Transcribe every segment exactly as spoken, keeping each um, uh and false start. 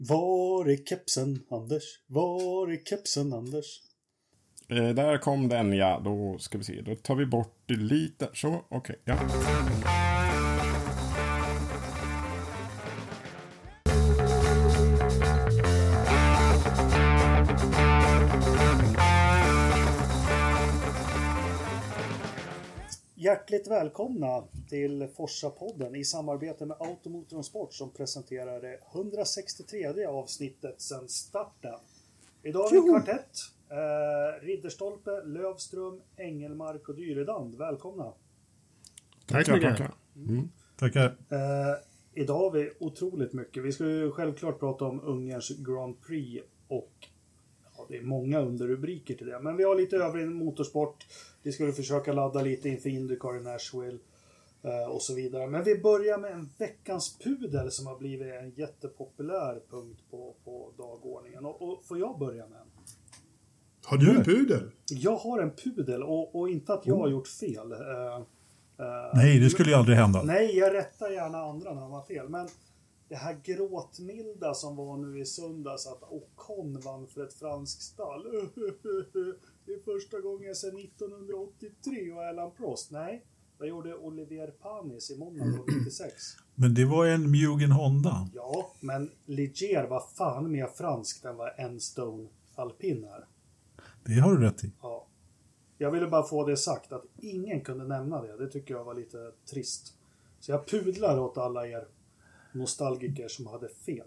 Var är kepsen, Anders? Var är kepsen, Anders? Eh, där kom den, ja. Då ska vi se. Då tar vi bort det lite. Så, okej, okay, ja. Hjärtligt välkomna till Forsa-podden i samarbete med Automotor Sport som presenterar det hundrasextiotredje avsnittet sedan starten. Idag har vi kvartett. Eh, Ridderstolpe, Lövström, Engelmark och Dyredand. Välkomna. Tackar, tackar. Mm. Tackar. Eh, idag har vi otroligt mycket. Vi ska ju självklart prata om Ungerns Grand Prix och ja, det är många underrubriker till det. Men vi har lite övrig motorsport. Vi skulle försöka ladda lite inför IndyCar i Nashville eh, och så vidare. Men vi börjar med en veckans pudel som har blivit en jättepopulär punkt på, på dagordningen. Och, och får jag börja med en? Har du en pudel? Jag har en pudel och, och inte att jag har gjort fel. Eh, eh, nej, det skulle ju aldrig hända. Nej, jag rättar gärna andra när de har fel. Men det här gråtmilda som var nu i söndags att Ocon vann för ett franskt stall. Det är första gången sedan nittonhundraåttiotre och Alain Prost. Nej, det gjorde Olivier Panis i Monaco nittiosex. Men det var en Mugen Honda. Ja, men Ligier var fan mer franskt än vad Enstone Alpin är. Det har du rätt i. Ja. Jag ville bara få det sagt att ingen kunde nämna det. Det tycker jag var lite trist. Så jag pudlar åt alla er nostalgiker som hade fel.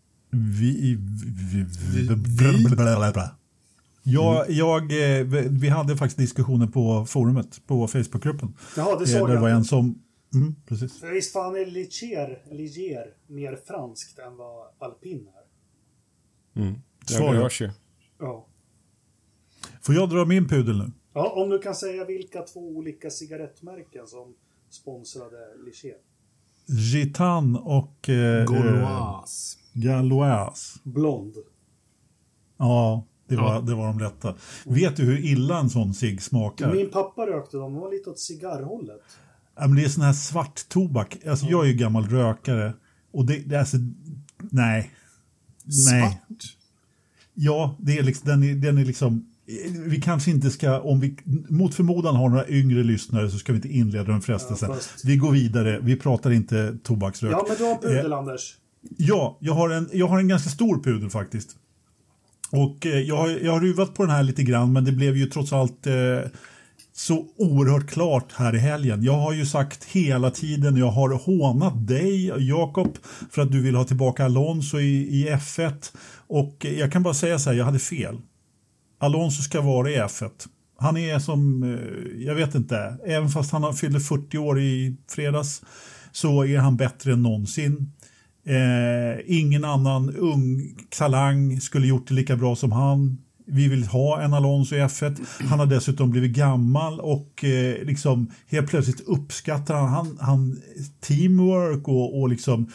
Vi... vi, vi, vi jag, jag, vi hade faktiskt diskussioner på forumet, på Facebookgruppen. Jaha, det såg det jag. var en som... Mm, precis. För visst fan är Ligier, Ligier mer franskt än vad Alpin är. Mm. Ja, det hörs ju. Ja. Får jag dra min pudel nu? Ja, om du kan säga vilka två olika cigarettmärken som sponsrade Ligier. Gitan och... Eh, Gauloise. Gauloise. Blond. Ja, det var, ja. det var de rätta. Vet du hur illa en sån cigg smakar? Min pappa rökte dem, de var lite åt cigarrhållet. Ja, men det är sån här svart tobak. Alltså ja. Jag är ju gammal rökare. Och det, det är alltså... Nej. Nej. Svart? Ja, det är liksom, den, är, den är liksom... Vi kanske inte ska, om vi mot förmodan har några yngre lyssnare så ska vi inte inleda den frestelsen. Ja, vi går vidare, vi pratar inte tobaksrök. Ja, men du har en pudel, eh, Anders. Ja, jag har, en, jag har en ganska stor pudel faktiskt. Och eh, jag, har, jag har ruvat på den här lite grann, men det blev ju trots allt eh, så oerhört klart här i helgen. Jag har ju sagt hela tiden, jag har hånat dig, Jakob, för att du vill ha tillbaka Alonso i, i F ett. Och eh, jag kan bara säga så här, jag hade fel. Alonso ska vara i F ett. Han är som, jag vet inte, även fast han har fyllt fyrtio år i fredags så är han bättre än någonsin. Eh, ingen annan ung talang skulle gjort det lika bra som han. Vi vill ha en Alonso i F ett. Han har dessutom blivit gammal och eh, liksom helt plötsligt uppskattar han, han, han teamwork och, och liksom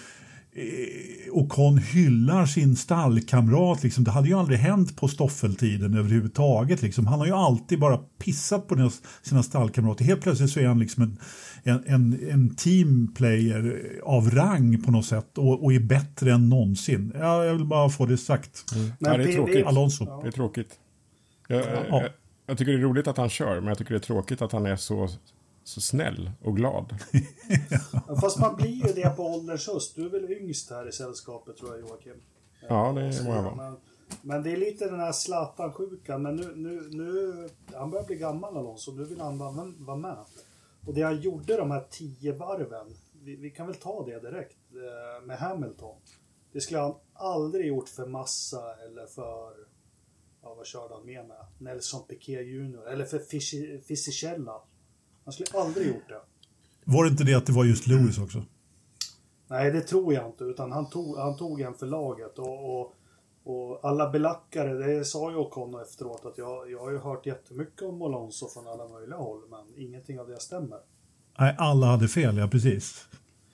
och Con hyllar sin stallkamrat liksom. Det hade ju aldrig hänt på Stoffeltiden överhuvudtaget liksom. Han har ju alltid bara pissat på sina stallkamrater. Helt plötsligt så är han liksom en, en, en, en teamplayer av rang på något sätt och, och är bättre än någonsin. Ja, jag vill bara få det sagt. Mm. Ja, det är tråkigt. Alonso. Ja. Det är tråkigt. Jag, ja. jag, jag tycker det är roligt att han kör, men jag tycker det är tråkigt att han är så Så snäll och glad. Ja, fast man blir ju det på ålderns höst. Du är väl yngst här i sällskapet, tror jag, Joakim. Ja, det är många vara. Men, men det är lite den här Zlatan-sjukan. Men nu, nu, nu, han börjar bli gammal Alonso. Nu vill han vara, vara med. Och det han gjorde de här tio varven. Vi, vi kan väl ta det direkt eh, med Hamilton. Det skulle han aldrig gjort för Massa eller för... Ja, vad körde han med med? Nelson Piquet junior Eller för Fisichella. Han skulle aldrig gjort det. Var det inte det att det var just Lewis också? Nej, det tror jag inte. Utan han tog, han tog en för laget. Och, och, och alla belackare, det sa ju Ocon efteråt. Att jag, jag har ju hört jättemycket om Alonso från alla möjliga håll. Men ingenting av det stämmer. Nej, alla hade fel, ja precis.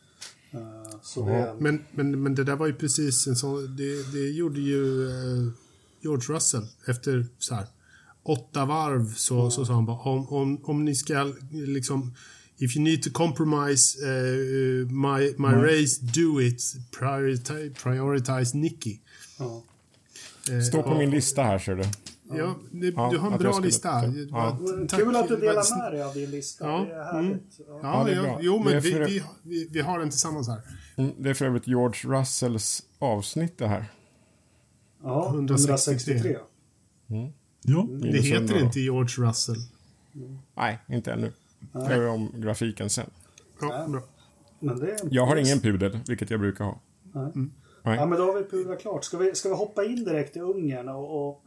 Uh, så det... ja, men, men, men det där var ju precis en sån... Det, det gjorde ju uh, George Russell efter så här... åtta varv så, mm. så sa han bara om, om, om ni ska liksom If you need to compromise uh, my, my mm. race, do it. Prioritize, prioritize Nicky. Ja. Uh, Står på uh, min lista här, ser du. Ja, det, ja, du har en bra lista. Ja. Kul att du delar med dig av din lista. Ja. Det är härligt. Mm. Ja, ja, det är bra. Jo, men vi, vi, vi, vi har den tillsammans här. Mm, det är för övrigt George Russells avsnitt det här. Ja, hundrasextiotre. Mm. Ja. Det heter inte George Russell. Mm. Nej, inte ännu. Jag gör om grafiken sen. Ja, bra. Men det är jag har ingen pudel, vilket jag brukar ha. Nej. Mm. Nej. Ja, men då har vi pudlat klart. Ska vi, ska vi hoppa in direkt i Ungern? Och, och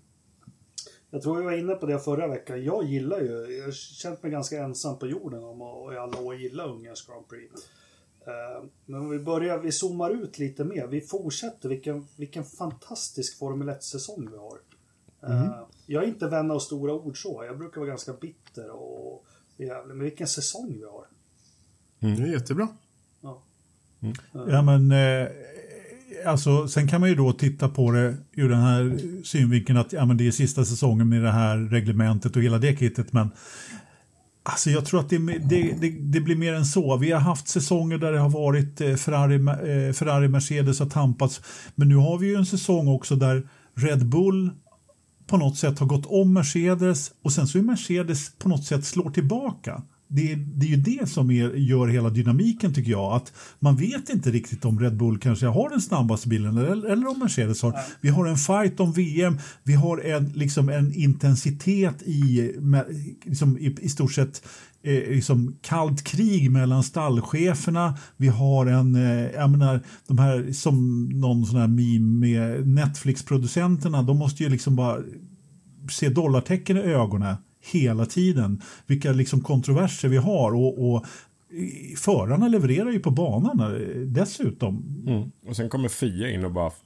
jag tror jag var inne på det förra veckan. Jag gillar ju, jag har känt mig ganska ensam på jorden om och i alla år gillar Ungerns Grand Prix. Uh, men om vi börjar, vi zoomar ut lite mer. Vi fortsätter, vilken, vilken fantastisk Formel ett-säsong vi har. Uh, mm. Jag är inte vän av stora ord så. Jag brukar vara ganska bitter och jävligt. Men vilken säsong vi har. Mm. Det är jättebra. Ja, mm. uh. ja men eh, alltså, sen kan man ju då titta på det ur den här synvinkeln att ja, men det är sista säsongen med det här reglementet och hela det kittet, men alltså jag tror att det, det, det, det blir mer än så. Vi har haft säsonger där det har varit eh, Ferrari, eh, Ferrari Mercedes har tampats, men nu har vi ju en säsong också där Red Bull på något sätt har gått om Mercedes och sen så är Mercedes på något sätt slår tillbaka. Det är, det är ju det som är, gör hela dynamiken tycker jag. Att man vet inte riktigt om Red Bull kanske har den snabbaste bilen eller, eller om Mercedes har. Nej. Vi har en fight om V M. Vi har en, liksom en intensitet i, liksom, i, i stort sett eh, liksom kallt krig mellan stallcheferna. Vi har en, eh, jag menar, de här som någon sån här meme med Netflix-producenterna. De måste ju liksom bara se dollartecken i ögonen hela tiden. Vilka liksom kontroverser vi har och, och förarna levererar ju på banan dessutom. Mm. Och sen kommer F I A in och bara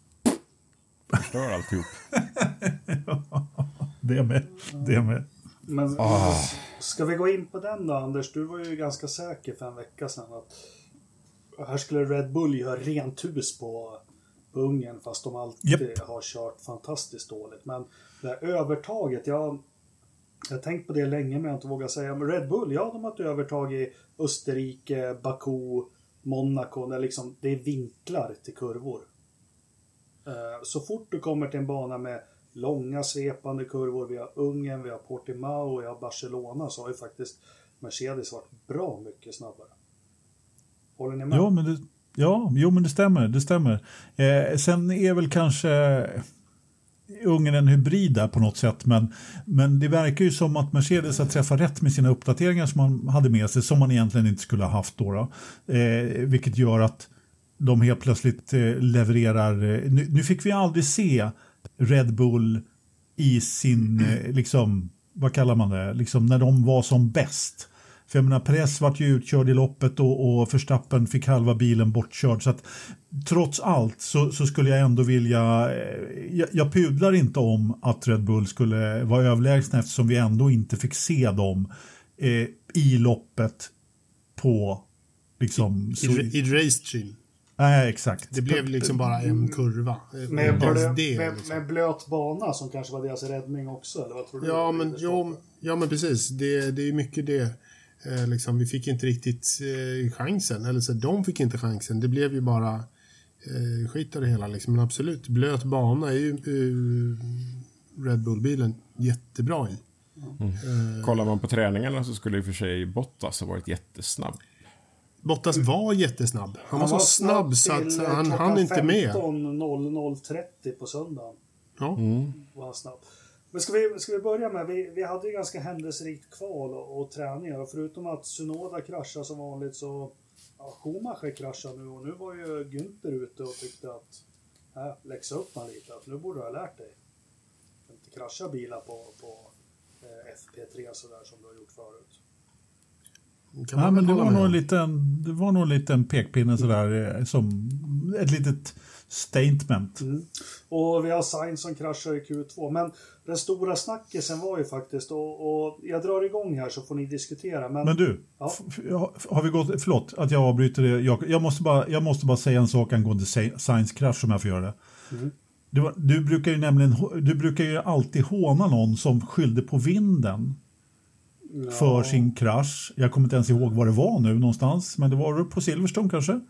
förstör alltihop. det med. Det med. Men oh. Ska vi gå in på den då, Anders? Du var ju ganska säker för en vecka sedan att här skulle Red Bull göra rent hus på, på Ungern fast de alltid yep. har kört fantastiskt dåligt. Men det här övertaget, jag Jag har tänkt på det länge men jag inte vågar säga. Men Red Bull, ja, de har ett övertag i Österrike, Baku, Monaco. Där liksom, det är vinklar till kurvor. Så fort du kommer till en bana med långa svepande kurvor, vi har Ungern, vi har Portimao, vi har Barcelona, så har ju faktiskt Mercedes varit bra mycket snabbare. Håller ni med? Ja, men det, ja, jo, men det stämmer. Det stämmer. Eh, sen är väl kanske Ungern en hybrid där på något sätt, men, men det verkar ju som att Mercedes har träffat rätt med sina uppdateringar som man hade med sig, som man egentligen inte skulle ha haft då, då. Eh, vilket gör att de helt plötsligt eh, levererar, eh, nu, nu fick vi aldrig se Red Bull i sin, eh, liksom, vad kallar man det, liksom när de var som bäst. För jag menar, Perez vart ju utkörd i loppet och, och Verstappen fick halva bilen bortkörd. Så att trots allt så, så skulle jag ändå vilja... Jag, jag pudlar inte om att Red Bull skulle vara överlägsna eftersom vi ändå inte fick se dem eh, i loppet på... Liksom, I, så, i, i race trim. Nej, exakt. Det blev liksom bara en kurva. Med, blö, det, med, liksom. med blöt bana som kanske var deras räddning också. Eller vad tror du? Ja, men, jo, ja, men precis. Det, det är mycket det. Eh, liksom, vi fick inte riktigt eh, chansen. Eller så de fick inte chansen. Det blev ju bara eh, skit av det hela. Liksom. Men absolut, blöt bana är ju eh, Red Bull-bilen jättebra i. Mm. Eh, Kollar man på träningarna så skulle i och för sig Bottas ha varit jättesnabb. Bottas var jättesnabb. Han, han var så var snabb, snabb så att han hann inte med. femton noll noll trettio på söndagen. Ja. Mm. Var han snabb. Men ska vi, ska vi börja med, vi, vi hade ju ganska händelserikt kval och, och träningar. Och förutom att Tsunoda kraschade som vanligt så ja, Schumacher kraschade nu. Och nu var ju Günther ute och tyckte att äh, läxa upp man lite. Att nu borde du ha lärt dig. Inte krascha bilar på, på eh, F P tre sådär som du har gjort förut. Ja, men det var, nog en liten, det var nog en liten pekpinne sådär, som ett litet statement. Mm. Och vi har Sainz som kraschar i Q två. Men den stora snackisen var ju faktiskt, och, och jag drar igång här så får ni diskutera. Men, men du, ja. f- har vi gått, förlåt att jag avbryter det. Jag, jag, måste bara, jag måste bara säga en sak angående Sainz krasch om jag får göra det. Mm. Du, du brukar ju nämligen, du brukar ju alltid håna någon som skyllde på vinden. ja. för sin krasch. Jag kommer inte ens ihåg vad det var nu någonstans, men det var på Silverstone kanske.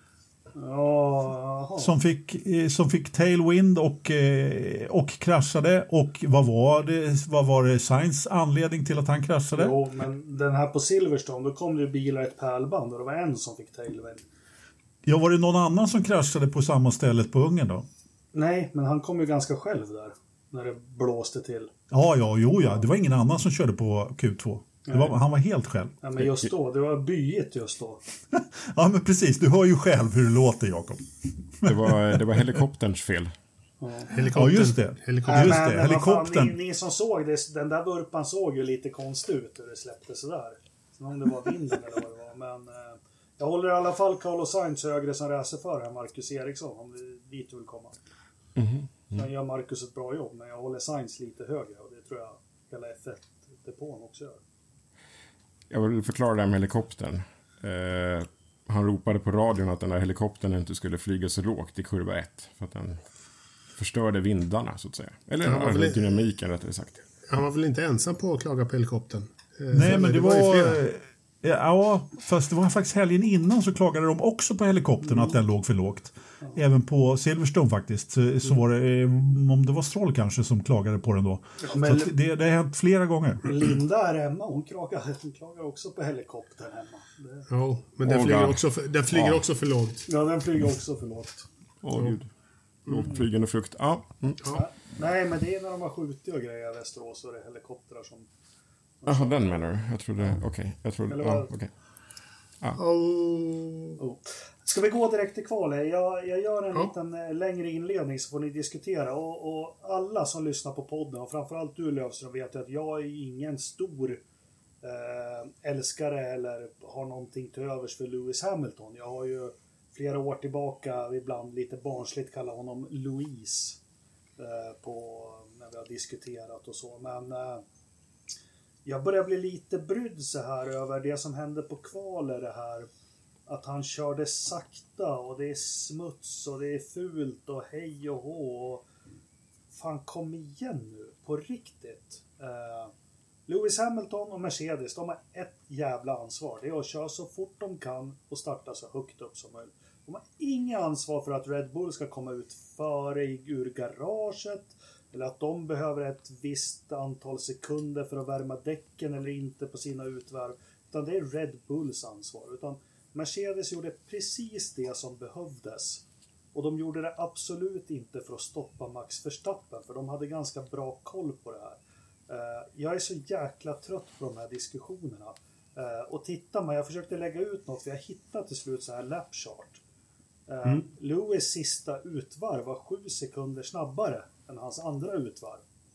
Ja, som fick som fick tailwind och och kraschade, och vad var det vad var det Sainz anledning till att han kraschade? Jo, men den här på Silverstone, då kom det ju bilar ett pärlband och det var en som fick tailwind. Ja, var det någon annan som kraschade på samma stället på Ungern då? Nej, men han kom ju ganska själv där när det blåste till. Ja, ja, jo ja, det var ingen annan som körde på Q två. Det var, han var helt själv. Ja, men just då, det var byigt just då. Ja, men precis, du hör ju själv hur det låter, Jakob. Det var, det var helikopterns fel. Ja, ja just det. Helikoptern. Just det. Helikoptern. Ni, ni som såg det, den där vurpan såg ju lite konstigt ut hur det släppte sådär. Sen om det var vinden eller vad det var. Men eh, jag håller i alla fall Carlos Sainz högre som racerförare än Marcus Eriksson, om det dit vill komma. Mm-hmm. Mm. Sen gör Marcus ett bra jobb, men jag håller Sainz lite högre, och det tror jag hela F ett-depån också gör. Jag vill förklara det här med helikoptern. Eh, han ropade på radion att den där helikoptern inte skulle flyga så lågt i kurva ett. För att den förstörde vindarna, så att säga. Eller ja, väl, dynamiken, rättare sagt. Han var väl inte ensam på att klaga på helikoptern? Eh, Nej, men det, det var... var ja, fast det var faktiskt helgen innan så klagade de också på helikoptern mm. att den låg för lågt. Ja. Även på Silverstone faktiskt. Så, så var det, om det var Stroll kanske som klagade på den då. Ja, men så det, det har hänt flera gånger. Linda är hemma, hon klagar, hon klagar också på helikoptern hemma. Det... Ja, men den oh, flyger, också för, den flyger ja. också för lågt. Ja, den flyger också för lågt. Åh oh, gud. Lågt flygande frukt. Ja. Mm. Ja. Nej, men det är när de har skjutit och grejer i Västerås, och det är helikoptrar som... Jaha, den menar du? Jag trodde... Okej, okay. jag trodde... Ja, okej. Okay. Ja. Oh. Oh. Ska vi gå direkt till kvalet? Jag, jag gör en oh. liten längre inledning så får ni diskutera. Och, och alla som lyssnar på podden, och framförallt du Löfström, vet att jag är ingen stor eh, älskare eller har någonting till övers för Lewis Hamilton. Jag har ju flera år tillbaka ibland lite barnsligt kallat honom Louise eh, på, när vi har diskuterat och så. Men... Eh, jag börjar bli lite brydd så här över det som hände på kvalet, det här att han körde sakta och det är smuts och det är fult och hej och hå. Och fan, kom igen nu, på riktigt. Uh, Lewis Hamilton och Mercedes, de har ett jävla ansvar. Det är att köra så fort de kan och starta så högt upp som möjligt. De har inga ansvar för att Red Bull ska komma ut före ur garaget. Eller att de behöver ett visst antal sekunder för att värma däcken eller inte på sina utvarv. Utan det är Red Bulls ansvar. Utan Mercedes gjorde precis det som behövdes. Och de gjorde det absolut inte för att stoppa Max Verstappen. För de hade ganska bra koll på det här. Jag är så jäkla trött på de här diskussionerna. Och titta man, jag försökte lägga ut något. För jag hittade till slut så här lapchart. Mm. Lewis sista utvarv var sju sekunder snabbare än hans andra utvarv.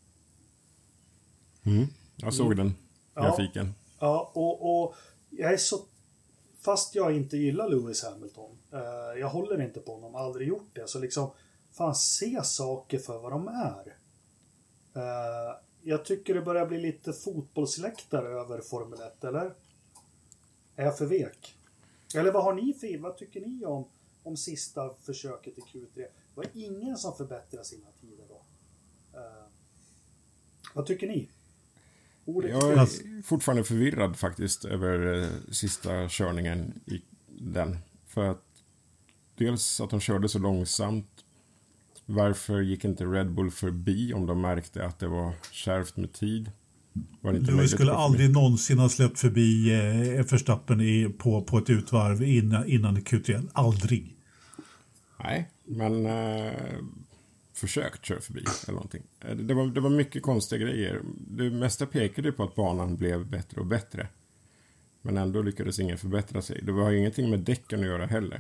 Mm. Jag såg mm. den grafiken. Ja, ja och, och jag är så... Fast jag inte gillar Lewis Hamilton. Uh, jag håller inte på honom, aldrig gjort det. Så liksom, fan, se saker för vad de är. Uh, jag tycker det börjar bli lite fotbollsläktare över Formel ett, eller? Är jag för vek? Eller vad har ni för... Vad tycker ni om, om sista försöket i Q tre? Det var ingen som förbättrar sina tider då. Uh, vad tycker ni? Ordet jag är till... fortfarande förvirrad faktiskt över uh, sista körningen i den. För att dels att de körde så långsamt. Varför gick inte Red Bull förbi om de märkte att det var kärvt med tid? Var det inte du skulle aldrig någonsin ha släppt förbi eh, Verstappen i, på, på ett utvarv innan, innan Q tre. Aldrig. Nej, men eh, försökt köra förbi eller någonting. Det var, det var mycket konstiga grejer. Det mesta pekade på att banan blev bättre och bättre. Men ändå lyckades ingen förbättra sig. Det var ju ingenting med däcken att göra heller.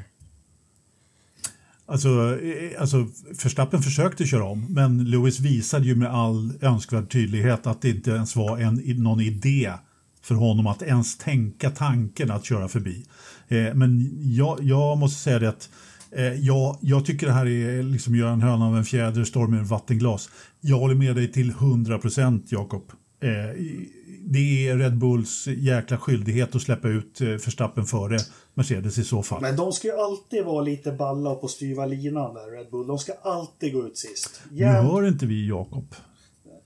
Alltså, alltså Verstappen försökte köra om, men Lewis visade ju med all önskvärd tydlighet att det inte ens var en, någon idé för honom att ens tänka tanken att köra förbi. Eh, men jag, jag måste säga det att eh, jag, jag tycker det här är liksom göra en höna av en fjäder, storm med en vattenglas. Jag håller med dig till hundra procent, Jakob. Eh, det är Red Bulls jäkla skyldighet att släppa ut Verstappen före Mercedes i så fall. Men de ska ju alltid vara lite balla och på styva linan där, Red Bull. De ska alltid gå ut sist. Jämt... Nu hör inte vi Jakob.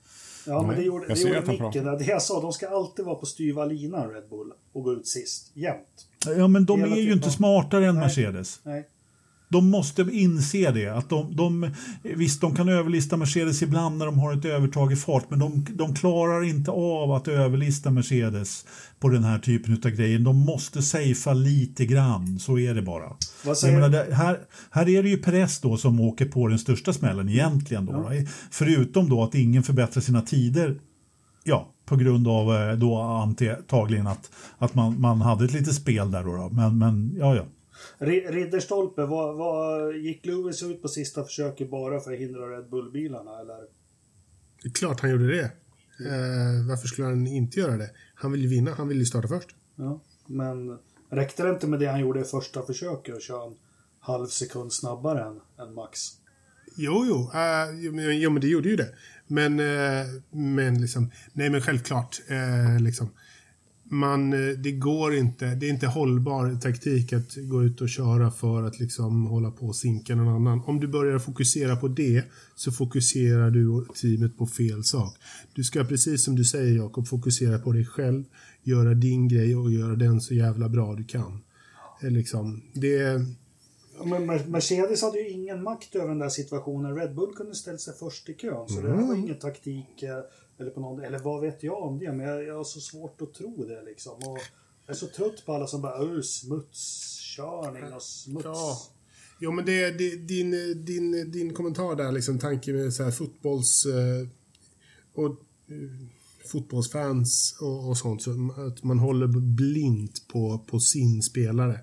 Ja, men det gjorde, jag det ser gjorde att han Micke. pratar. Det jag sa, de ska alltid vara på styva linan, Red Bull, och gå ut sist. Jämt. Ja, men de Hela är ju tiden. inte smartare än Nej. Mercedes. Nej. De måste inse det. Att de, de, visst, de kan överlista Mercedes ibland när de har ett övertag i fart, men de, de klarar inte av att överlista Mercedes på den här typen av grejer. De måste safea lite grann, så är det bara. Vad säger Jag menar, det, här, här är det ju Perez då som åker på den största smällen egentligen. Då, Ja. då. Förutom då att ingen förbättrar sina tider. Ja, på grund av eh, då antagligen att, att man, man hade ett litet spel där då. då. Men, men ja, ja. Ridderstolpe, vad, vad gick Lewis ut på sista försöket bara för att hindra Red Bull-bilarna, eller? Det är klart han gjorde det. Eh, varför skulle han inte göra det? Han vill ju vinna, han vill ju starta först. Ja, men räckte det inte med det han gjorde i första försöket och köra en halv sekund snabbare än, än Max? Jo, jo, uh, jo, men, jo, men det gjorde ju det. Men, uh, men liksom, nej men självklart, uh, liksom, man, uh, det går inte, det är inte hållbar taktik att gå ut och köra för att liksom hålla på och sinka någon annan. Om du börjar fokusera på det så fokuserar du och teamet på fel sak. Du ska, precis som du säger Jakob, fokusera på dig själv, göra din grej och göra den så jävla bra du kan. Uh, liksom, det Men Mercedes hade ju ingen makt över den där situationen. Red Bull kunde ställa sig först i kön. Så mm. det var ingen taktik eh, eller, på någon, eller vad vet jag om det. Men jag, jag har så svårt att tro det liksom. Och jag är så trött på alla som bara öh, smutskörning och smuts. Ja. Jo, men det är din, din, din kommentar där, liksom tanke med så här fotbolls eh, och eh, fotbollsfans och, och sånt. Så att man håller blint på, på sin spelare.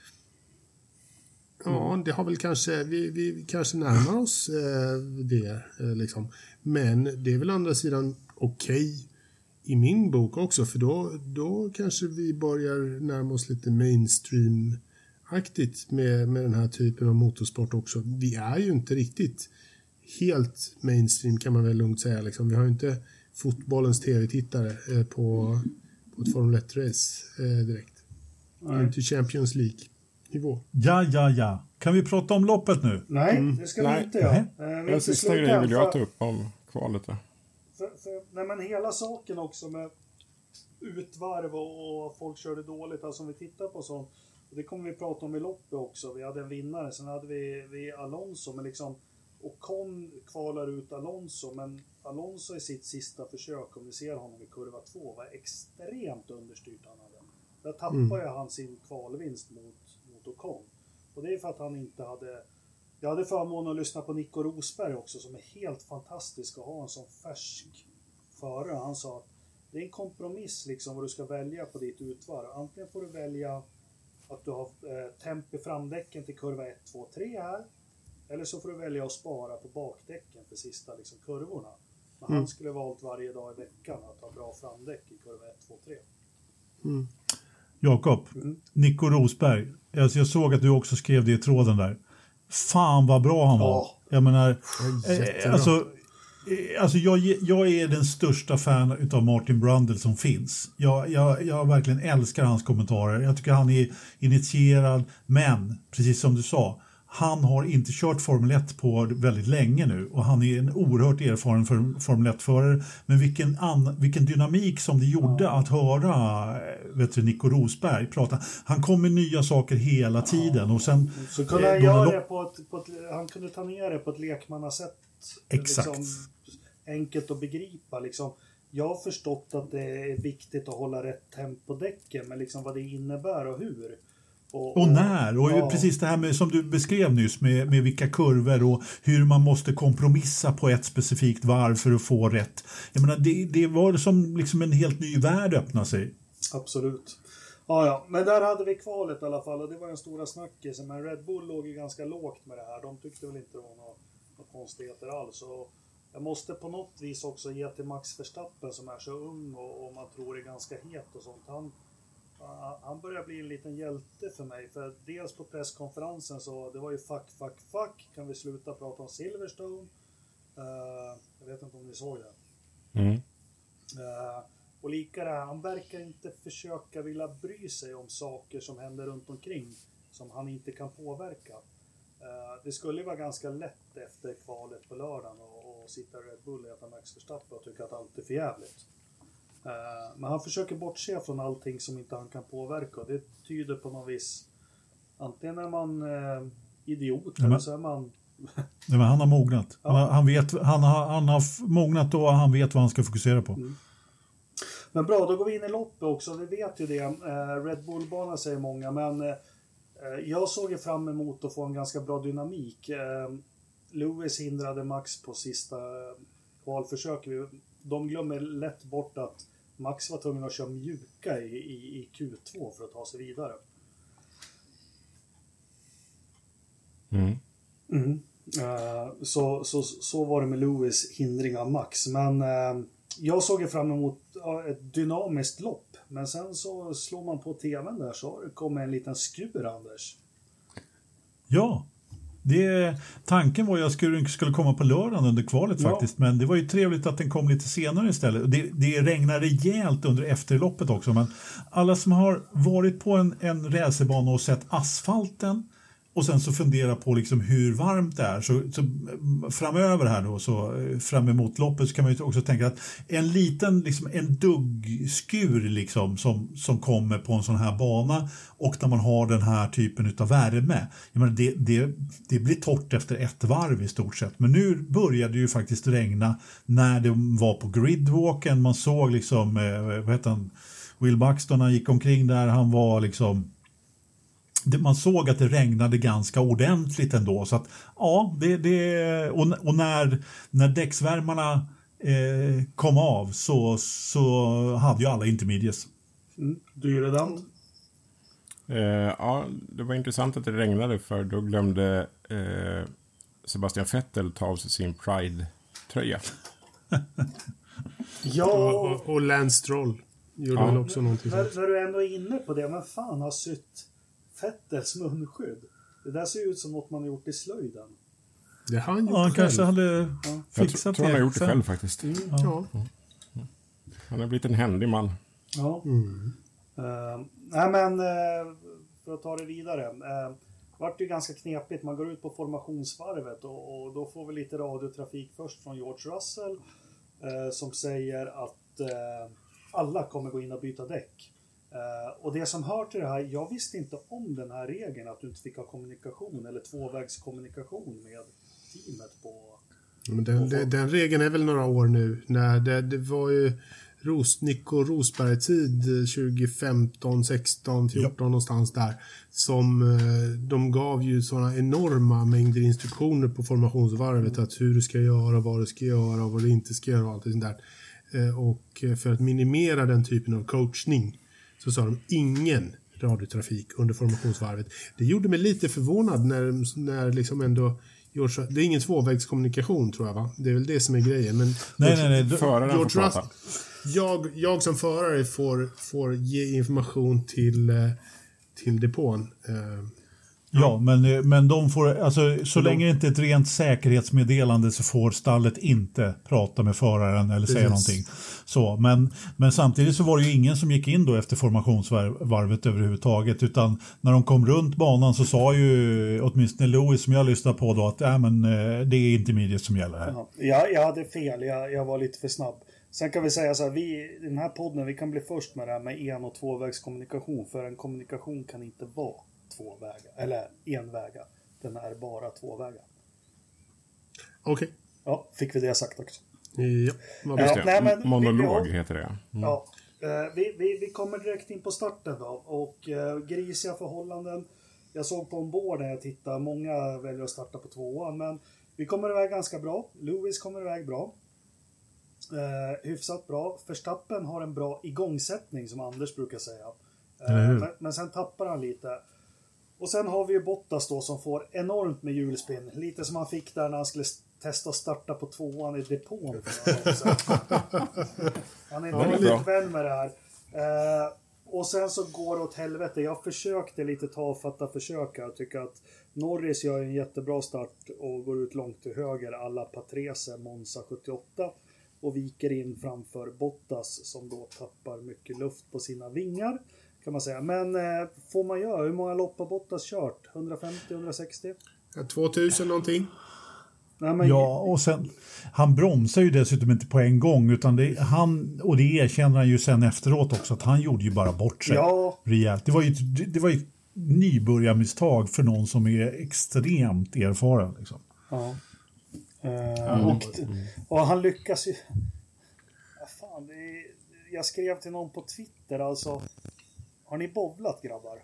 Ja, det har väl kanske, vi, vi kanske närmar oss eh, det eh, liksom. Men det är väl andra sidan okej okay i min bok också, för då, då kanske vi börjar närma oss lite mainstream-aktigt med, med den här typen av motorsport också. Vi är ju inte riktigt helt mainstream, kan man väl lugnt säga liksom. Vi har ju inte fotbollens tv-tittare eh, på, på ett Formel ett-race eh, direkt. Mm. Inte Champions League. Nivå. Ja, ja, ja. Kan vi prata om loppet nu? Nej, mm. det ska Nej. vi inte göra. Mm. Eh, Den sista grejen vill jag ta upp om kvalet. Där. För, för, nej, men hela saken också med utvarv och, och folk körde dåligt. Alltså om vi tittar på sånt. Och det kommer vi prata om i loppet också. Vi hade en vinnare. Sen hade vi, vi Alonso. Men liksom, Ocon kvalar ut Alonso. Men Alonso i sitt sista försök, om vi ser honom i kurva två, var extremt understyrt han hade. Där tappade mm. han sin kvalvinst mot Ocon. Och det är för att han inte hade... Jag hade förmånen att lyssna på Nico Rosberg också, som är helt fantastisk att ha en sån färsk förare. Han sa att det är en kompromiss liksom vad du ska välja på ditt utvarv. Antingen får du välja att du har eh, temp i framdäcken till kurva ett, två, tre här. Eller så får du välja att spara på bakdäcken för sista liksom, kurvorna. Men mm. han skulle valt varje dag i veckan att ha bra framdäck i kurva ett, två, tre. Mm. Jakob, mm. Nico Rosberg. Alltså jag såg att du också skrev det i tråden där. Fan vad bra han var. Oh. Jag menar, eh, alltså, eh, alltså jag, jag är den största fan utav Martin Brundle som finns. Jag, jag, jag verkligen älskar hans kommentarer. Jag tycker han är initierad, men precis som du sa, han har inte kört Formel ett på väldigt länge nu och han är en oerhört erfaren för Formel ett-förare. Men vilken, an, vilken dynamik som det gjorde ja. att höra vet du, Nico Rosberg prata. Han kom med nya saker hela tiden. Och sen, så kunde han göra det på ett, på ett, han kunde ta ner det på ett lekmannasätt. Exakt. Liksom, enkelt att begripa. Liksom. Jag har förstått att det är viktigt att hålla rätt tempo på däcken, men liksom vad det innebär och hur. Och, och när, och ja. precis det här med, som du beskrev nyss med, med vilka kurvor och hur man måste kompromissa på ett specifikt varv för att få rätt. Jag menar, det, det var som liksom en helt ny värld öppna sig. Absolut. Ja, ja, men där hade vi kvalet i alla fall och det var den stora snackisen. Men Red Bull låg ju ganska lågt med det här. De tyckte väl inte det var några, några konstigheter alls. Och jag måste på något vis också ge till Max Verstappen som är så ung och, och man tror är ganska het och sånt. Han Han börjar bli en liten hjälte för mig. För dels på presskonferensen så det var ju fuck, fuck, fuck. Kan vi sluta prata om Silverstone? Uh, jag vet inte om ni såg det. Mm. Uh, och lika det här, han verkar inte försöka vilja bry sig om saker som händer runt omkring. Som han inte kan påverka. Det skulle ju vara ganska lätt efter kvalet på lördagen och, och sitta i Red Bull och äta Max Verstappen och tycka att allt är för jävligt. Men han försöker bortse från allting som inte han kan påverka. Det tyder på någon viss... Antingen är man eh, idiot ja, eller så är man... Nej, men han har mognat. Ja. Han, han, vet, han, har, han har mognat och han vet vad han ska fokusera på. Mm. Men bra, då går vi in i loppet också. Vi vet ju det. Eh, Red Bull-bana säger många, men eh, jag såg ju fram emot att få en ganska bra dynamik. Eh, Lewis hindrade Max på sista kvalförsök. De glömmer lätt bort att Max var tvungen att köra mjuka i, i, i Q två för att ta sig vidare. Mm. Mm. Uh, så, så, så var det med Lewis hindring av Max. Men uh, jag såg ju fram emot uh, ett dynamiskt lopp. Men sen så slår man på tvn där så det kommer en liten skur, Anders. Ja, det, tanken var ju att jag skulle, skulle komma på lördagen under kvalet ja. faktiskt. Men det var ju trevligt att den kom lite senare istället. Det, det regnar rejält under efterloppet också. Men alla som har varit på en, en racerbana och sett asfalten och sen så fundera på liksom hur varmt det är. Så, så framöver här då, så fram emot loppet så kan man ju också tänka att en liten liksom, en duggskur liksom som, som kommer på en sån här bana och när man har den här typen av värme. Jag menar, det, det, det blir torrt efter ett varv i stort sett. Men nu började det ju faktiskt regna när det var på gridwalken. Man såg liksom, eh, vad heter han? Will Buxton, han gick omkring där, han var liksom... Man såg att det regnade ganska ordentligt ändå. Så att, ja, det, det, och, och när, när däcksvärmarna eh, kom av så, så hade ju alla intermediates. Mm. Du gör det den? Eh, ja, det var intressant att det regnade för då glömde eh, Sebastian Vettel ta av sig sin Pride-tröja. Ja. Och, och, och Lance Stroll gjorde ja. väl också någonting. När, när du ändå är inne på det, men fan har sytt Vettels munskydd. Det där ser ut som något man har gjort i slöjden. Det har han gjort ja, han själv. kanske hade ja. fixat jag tror, tror han har gjort det själv faktiskt. Mm. Ja. Mm. Han har blivit en händig man. Ja. Mm. Uh, nej men uh, för att ta det vidare. Uh, vart det ju ganska knepigt. Man går ut på formationsvarvet och, och då får vi lite radiotrafik först från George Russell uh, som säger att uh, alla kommer gå in och byta däck. Uh, och det som hör till det här, jag visste inte om den här regeln att du inte fick ha kommunikation eller tvåvägskommunikation med teamet på... Men den, den, den regeln är väl några år nu. När det, det var ju Ros, Nico Rosberg-tid tjugo femton, sexton, fjorton ja. någonstans där. Som uh, de gav ju sådana enorma mängder instruktioner på formationsvarvet. Mm. Att hur du ska göra, vad du ska göra och vad du inte ska göra och allt det där. Uh, och för att minimera den typen av coachning så sa de ingen radiotrafik under formationsvarvet. Det gjorde mig lite förvånad när, när liksom ändå George, det är ingen tvåvägskommunikation tror jag va? Det är väl det som är grejen. Men nej, nej, nej. Du, föraren får prata. Jag, jag som förare får, får ge information till, till depån. Ja, men, men de får, alltså, så de, länge det inte är ett rent säkerhetsmeddelande så får stallet inte prata med föraren eller säga någonting. Så, men, men samtidigt så var det ju ingen som gick in då efter formationsvarvet överhuvudtaget, utan när de kom runt banan så sa ju åtminstone Lewis som jag lyssnade på då att äh, men, det är intermediate som gäller här. Ja, jag hade fel, jag, jag var lite för snabb. Sen kan vi säga så här, vi, i den här podden vi kan bli först med det här med en- och tvåvägskommunikation, för en kommunikation kan inte vara två vägar, eller en väga. Den är bara två vägar. Okej. Okay. Ja, fick vi det sagt också. Ja, vad ja, nej, men, monolog vi, heter det. Mm. Ja, eh, vi, vi, vi kommer direkt in på starten då. Och eh, grisiga förhållanden. Jag såg på en board när jag tittade. Många väljer att starta på tvåan, men vi kommer iväg ganska bra. Lewis kommer iväg bra. Eh, hyfsat bra. Verstappen har en bra igångsättning som Anders brukar säga. Eh, men, men sen tappar han lite. Och sen har vi ju Bottas då som får enormt med hjulspinn. Lite som han fick där när han skulle testa att starta på tvåan i depån. Han är inte riktigt vän med det här. Eh, och sen så går det åt helvete. Jag försökte lite tafatta försöka. Jag tycker att Norris gör en jättebra start och går ut långt till höger. Alla Patrese, Monza sjuttioåtta. Och viker in framför Bottas som då tappar mycket luft på sina vingar. Kan man säga. Men eh, får man göra, hur många lopp har Bottas kört? hundrafemtio till hundrasextio? tvåtusen någonting. Nej, men... Ja, och sen han bromsar ju dessutom inte på en gång utan det, han, och det erkänner han ju sen efteråt också att han gjorde ju bara bort sig ja. rejält. Det var ju det var ju ett nybörjarmisstag för någon som är extremt erfaren liksom. Ja. Uh, och, och han lyckas ju. Ja, fan, det är... Jag skrev till någon på Twitter alltså. Har ni bovlat, grabbar?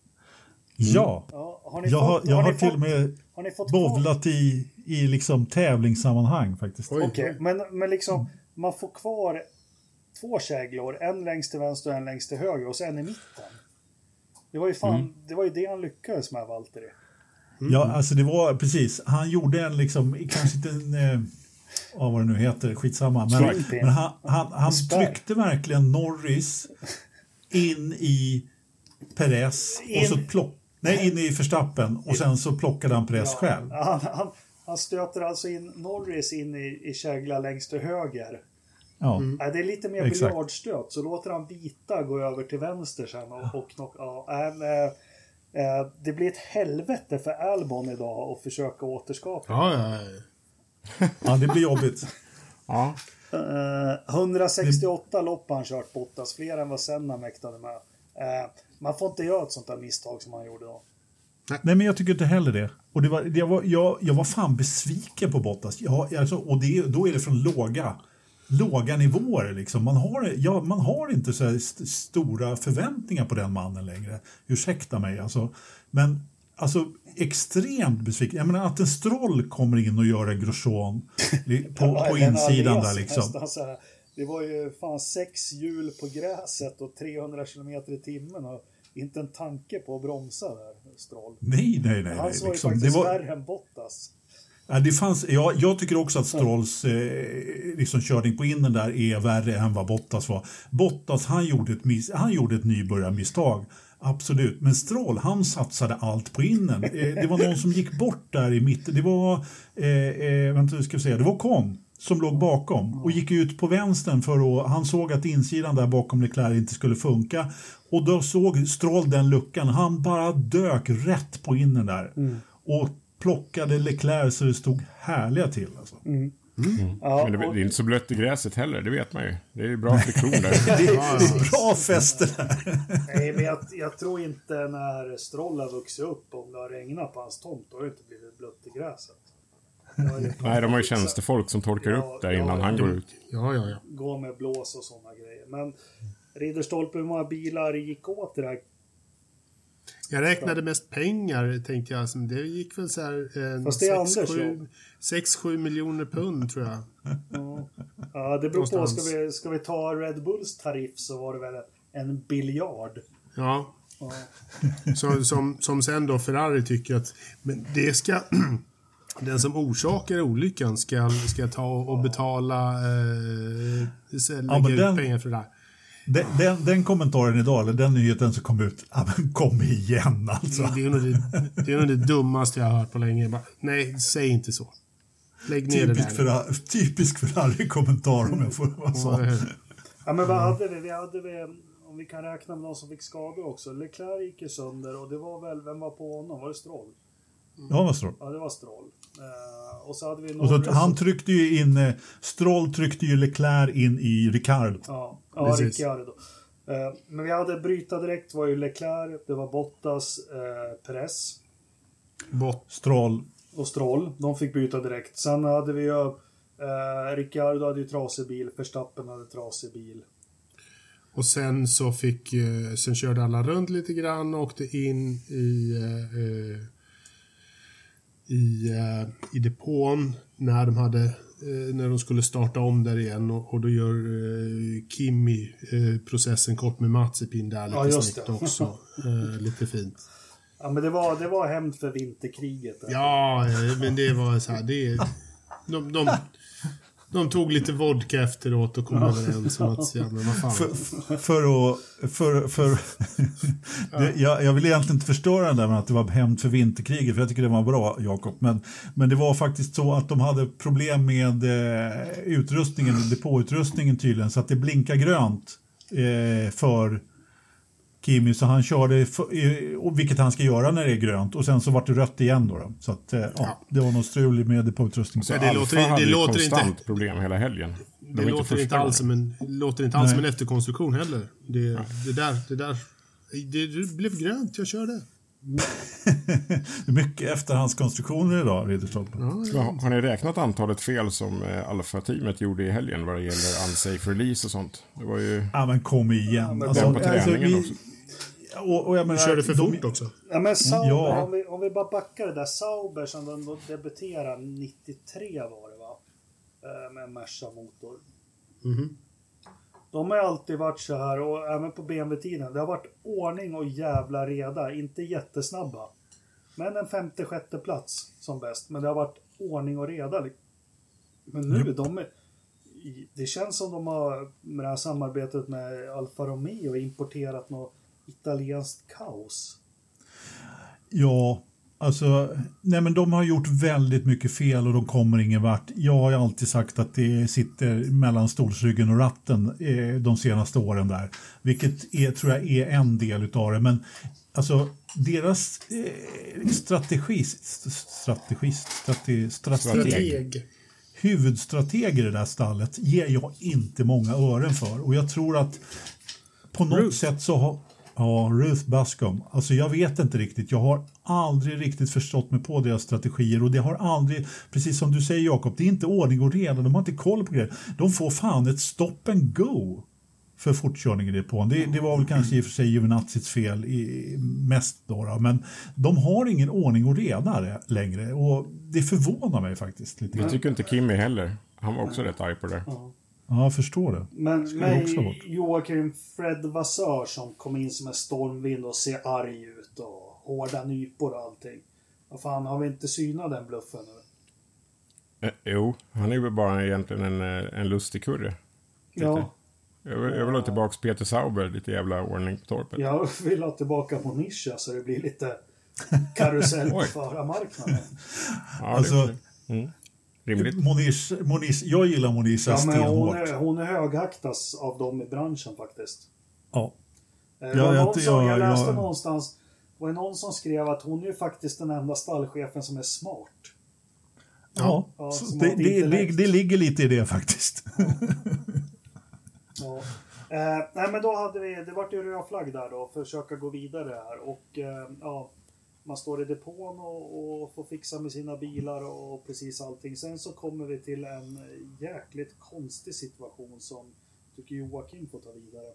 Ja, ja har ni jag fått, har, jag har, har ni till fått, och med har ni fått bovlat i, i liksom tävlingssammanhang faktiskt. Okej, okay, men, men liksom man får kvar två käglor, en längst till vänster och en längst till höger och sen i mitten. Det var ju fan, mm. det var ju det han lyckades med, Valtteri. Mm. Ja, alltså det var precis, han gjorde en liksom, kanske inte en, eh, ja, vad det nu heter, skitsamma, men, men han, han, han tryckte verkligen Norris in i Perez in. och så plock, nej, in i Verstappen och sen så plockade han Perez ja, själv. Han, han, han stöter alltså in Norris in i, i kägla längst till höger. Ja. Mm. Det är lite mer biljardstöt, så låter han vita gå över till vänster sen och, och knock, ja, äh, äh, det blir ett helvete för Albon idag att försöka återskapa. Ja, ja, ja. Ja, det blir jobbigt. Ja. Uh, hundrasextioåtta lopp han kört Bottas, fler än vad Senna mäktade med. Uh, man får inte göra ett sånt där misstag som han gjorde då. Nej, men jag tycker inte heller det. Och det var, det var, jag, jag var fan besviken på Bottas. Jag, alltså, och det, då är det från låga låga nivåer liksom. Man har, ja, man har inte så här st- stora förväntningar på den mannen längre. Ursäkta mig alltså. Men alltså extremt besviken. Jag menar att en Stroll kommer in och gör en Grosjean på, på insidan där liksom. Det var ju fan sex hjul på gräset och trehundra kilometer i timmen och inte en tanke på att bromsa där, Stroll. Nej, nej, nej. Han nej, såg liksom. ju faktiskt det var... värre än Bottas. Ja, det fanns, ja, jag tycker också att Strolls eh, liksom körning på innen där är värre än vad Bottas var. Bottas, han gjorde ett, miss, han gjorde ett nybörjarmisstag. Absolut. Men Stroll, han satsade allt på innen. Eh, det var någon som gick bort där i mitten. Det var, eh, eh, vänta, ska vi säga, det var Con som låg bakom och gick ut på vänstern för att, han såg att insidan där bakom Leclerc inte skulle funka. Och då såg Stroll den luckan. Han bara dök rätt på innen där. Mm. Och plockade Leclerc så det stod härliga till. Alltså. Mm. Mm. Ja, men det, det är inte så blött i gräset heller, det vet man ju. Det är ju bra friktion där. det, är, det är bra fäste där. Nej, men jag, jag tror inte när Stroll har vuxit upp, om det har regnat på hans tomt, då har det inte blivit blött i gräset. Nej, de har ju tjänstefolk som torkar ja, upp där innan ja, han går ut. Ja, ja, ja. Gå med blås och sådana grejer. Men Ridderstolpe, hur många bilar gick åt det här? Jag räknade mest pengar, tänkte jag. Det gick väl så här sex sju miljoner pund, tror jag. Ja, ja det beror på. Ska vi, ska vi ta Red Bulls tariff så var det väl en biljard. Ja. ja. Så, som, som sen då Ferrari tycker att men det ska... Den som orsakar olyckan ska, ska ta och betala eh, lägga ut den... pengar för det där. Den, den, den kommentaren idag, eller den nyheten som kom ut, ja, men kom igen alltså. Det är nog det, det, är nog det dummaste jag har hört på länge. Bara, nej, säg inte så. Lägg ner typisk det där. Ferrari, typisk Ferrari-kommentar om jag får vara så. Ja, men vad hade vi? Vi hade vi, om vi kan räkna med någon som fick skador också. Leclerc gick ju sönder och det var väl, vem var på honom? Var det Stroll? Mm. Ja, det var Stroll. Ja, det var Stroll. Uh, och så hade vi och så han tryckte ju in, uh, Stroll tryckte ju Leclerc in i Ricardo. Ja, ja Ricardo. Uh, men vi hade bryta direkt, var ju Leclerc, det var Bottas, uh, Perez. Bott. Stroll. Och Stroll, de fick byta direkt. Sen hade vi ju, uh, Ricardo hade ju trasig bil, Verstappen hade trasig bil. Och sen så fick, uh, sen körde alla runt lite grann och åkte in i... Uh, uh, i, uh, i depån när de hade uh, när de skulle starta om där igen och, och då gör uh, Kimi uh, processen kort med Mazepin där lite ja, snyggt också. Uh, lite fint. Ja, men det var, det var hämnd för vinterkriget. Där. Ja, men det var så här, det, de, de, de tog lite vodka efteråt och kom ja. överens om att, ja, men vad fan. För, för att, för, för ja. det, jag, jag vill egentligen inte förstöra den där med att det var hämnd för vinterkriget, för jag tycker det var bra, Jakob. Men, men det var faktiskt så att de hade problem med eh, utrustningen, depåutrustningen tydligen, så att det blinkar grönt eh, för Kimi, så han körde, för, vilket han ska göra när det är grönt, och sen så var det rött igen då. då. Så att, ja, ja. Det var något strul med på utrustning. Så det låter, hade det låter konstant inte problem hela helgen. De det låter inte, inte alls som en, låter inte alls som en efterkonstruktion heller. Det, ja. det där, det där, det, det blev grönt, jag körde. Det är mycket efterhandskonstruktioner idag, Ridderstolpe. Ja, ja. Har ni räknat antalet fel som Alfa-teamet gjorde i helgen vad det gäller unsafe release och sånt? Det var ju... Ja, men kom igen. Ja, alltså, på träningen alltså, vi... också. Och, och jag menar, körde för de... fort också. Ja, men Sauber, ja. Om, vi, om vi bara backar det där. Sauber som de debuterade nittiotre var det, va? Med en Merca-motor. Mm-hmm. De har alltid varit så här, och även på B M W-tiden. Det har varit ordning och jävla reda. Inte jättesnabba. Men en femte, sjätte plats som bäst. Men det har varit ordning och reda. Men nu, mm. de är, det känns som de har med det här samarbetet med Alfa Romeo importerat något italienskt kaos. Ja, alltså, nej men de har gjort väldigt mycket fel och de kommer ingen vart. Jag har ju alltid sagt att det sitter mellan stolsryggen och ratten eh, de senaste åren där. Vilket är, tror jag är en del utav det. Men alltså deras eh, strategi, strategi, strategi, strategi, huvudstrateg i det där stallet ger jag inte många ören för. Och jag tror att på något Ruth. sätt så har... Ja, Ruth Bascom. Alltså jag vet inte riktigt. Jag har aldrig riktigt förstått mig på deras strategier. Och det har aldrig, precis som du säger Jakob, det är inte ordning och reda. De har inte koll på det. De får fan ett stop and go för fortkörningen i depån. Det, det var väl kanske i och för sig Giovinazzi's fel i, mest då, då. Men de har ingen ordning och reda längre. Och det förvånar mig faktiskt lite. Jag tycker inte Kimi heller. Han var också rätt arg på det. Ja. Ja, jag förstår det. Men med Joakim Fred Vassör som kom in som en stormvind och ser arg ut och hårda nypor och allting. Vad fan, har vi inte synat den bluffen nu? Eh, jo, han är väl bara egentligen en, en lustig kurre. Ja. Jag vill, jag vill ha tillbaka Peter Sauber, lite jävla ordning på torpet. Jag vill ha tillbaka Monisha så det blir lite karusell på förarmarknaden. Ja, alltså... Mm. Monish, Monish, jag gillar Monisha ja, stenhårt. Hon är, hon är högaktas av dem i branschen faktiskt. Ja. Eh, ja jag, som, jag, jag läste jag... någonstans, var det någon som skrev att hon är faktiskt den enda stallchefen som är smart. Ja, ja det, det, det, det ligger lite i det faktiskt. Ja. Ja. Eh, nej men då hade vi, det vart ju röd flagg där då, för att försöka gå vidare här. Och eh, ja... Man står i depån och, och får fixa med sina bilar och precis allting. Sen så kommer vi till en jäkligt konstig situation som tycker Joakim får ta vidare.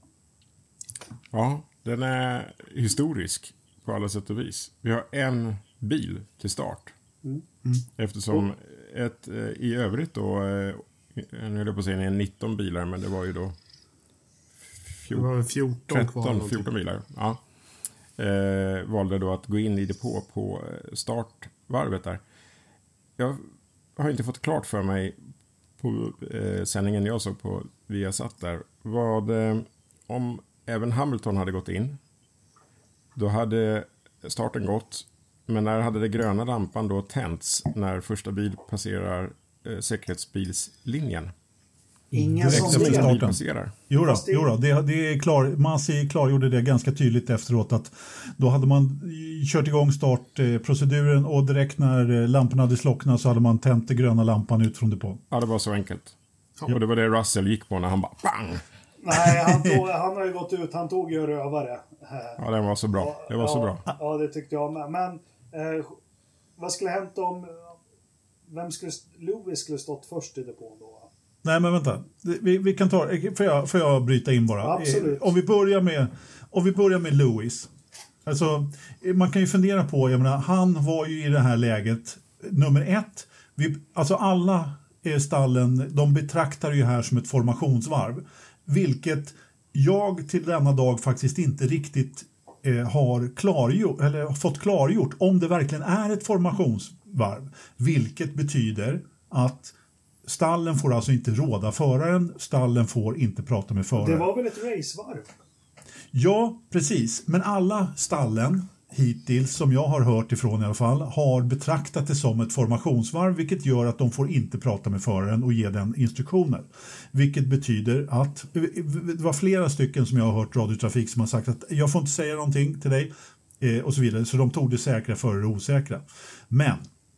Ja, den är historisk på alla sätt och vis. Vi har en bil till start. Mm. Mm. Eftersom ett, i övrigt då, nu höll jag på att säga nitton bilar, men det var ju då fjorton, fjorton, tretton, fjorton bilar. Ja. Eh, valde då att gå in i depå på startvarvet där. Jag har inte fått klart för mig på eh, sändningen jag såg på Viasat där vad eh, om även Hamilton hade gått in, då hade starten gått, men när hade det gröna lampan då tänts när första bil passerar eh, säkerhetsbilslinjen? Ingen som vet. Passerar. Jo då, jo då, det, det är klar, Masi klargjorde det ganska tydligt efteråt att då hade man kört igång startproceduren och direkt när lamporna hade slocknat så hade man tänt den gröna lampan ut från depån. Ja, det var så enkelt. Ja. Och det var det Russell gick på när han bara bang! Nej, han, tog, han har ju gått ut, han tog ju rövare. Ja, den var så bra. Det var ja, så bra. Ja, det tyckte jag med. Men eh, vad skulle hänt om vem skulle, Lewis skulle stått först i depån då? Nej, men vänta. Vi, vi kan ta, får jag, får jag bryta in bara? Absolut. Om vi börjar med, om vi börjar med Lewis. Alltså, man kan ju fundera på, jag menar, han var ju i det här läget, nummer ett, vi, alltså alla stallen, de betraktar ju här som ett formationsvarv. Vilket jag till denna dag faktiskt inte riktigt eh, har klargjort, eller fått klargjort om det verkligen är ett formationsvarv. Vilket betyder att stallen får alltså inte råda föraren, stallen får inte prata med föraren. Det var väl ett racevarv? Ja, precis. Men alla stallen hittills, som jag har hört ifrån i alla fall, har betraktat det som ett formationsvarv, vilket gör att de får inte prata med föraren och ge den instruktioner. Vilket betyder att det var flera stycken som jag har hört radiotrafik som har sagt att jag får inte säga någonting till dig eh, och så vidare. Så de tog det säkra före det osäkra. Men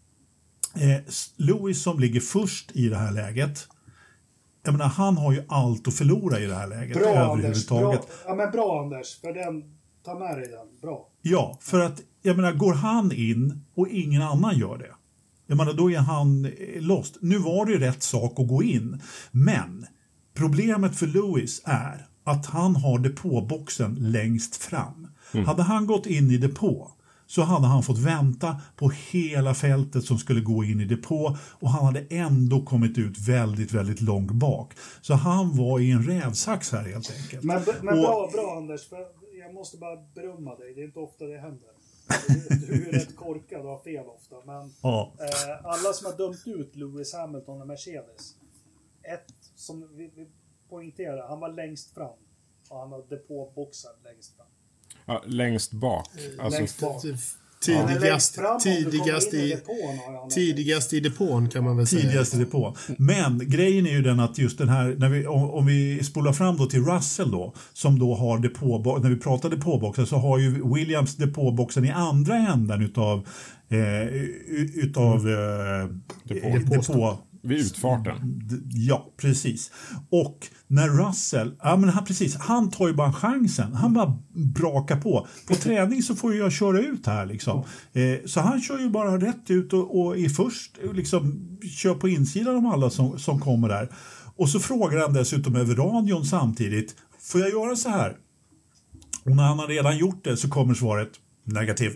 eh, Lewis som ligger först i det här läget, jag menar, han har ju allt att förlora i det här läget. Bra överhuvudtaget. Anders, bra, ja men bra Anders, för den, ta med dig den, bra. Ja, för att jag menar, går han in och ingen annan gör det, jag menar, då är han lost. Nu var det ju rätt sak att gå in, men problemet för Lewis är att han har depåboxen längst fram. Mm. Hade han gått in i depå så hade han fått vänta på hela fältet som skulle gå in i depå och han hade ändå kommit ut väldigt, väldigt långt bak. Så han var i en rävsax här helt enkelt. Men, men och, bra, bra Anders, för jag måste bara berömma dig. Det är inte ofta det händer. Du, du är rätt korkad och har fel ofta. Men ja. eh, alla som har dömt ut Lewis Hamilton och Mercedes, ett som vi, vi poängterar, han var längst fram och han hade depåboxen längst fram. Ja, längst bak. Alltså, längst bak. Tidigast, ja. tidigast, i, depån, tidigast i depån kan man väl säga. Tidigast i depån. Men grejen är ju den att just den här, när vi, om, om vi spolar fram då till Russell då, som då har depåboxen, när vi pratar depåboxen så har ju Williams depåboxen i andra änden utav, eh, utav eh, depå. Vid utfarten. Ja, precis. Och när Russell, ja men han precis, han tar ju bara chansen. Han bara brakar på. På träning så får jag köra ut här liksom. Eh, så han kör ju bara rätt ut och, och är först liksom kör på insidan om alla som, som kommer där. Och så frågar han dessutom över radion samtidigt, får jag göra så här? Och när han har redan gjort det så kommer svaret negativ.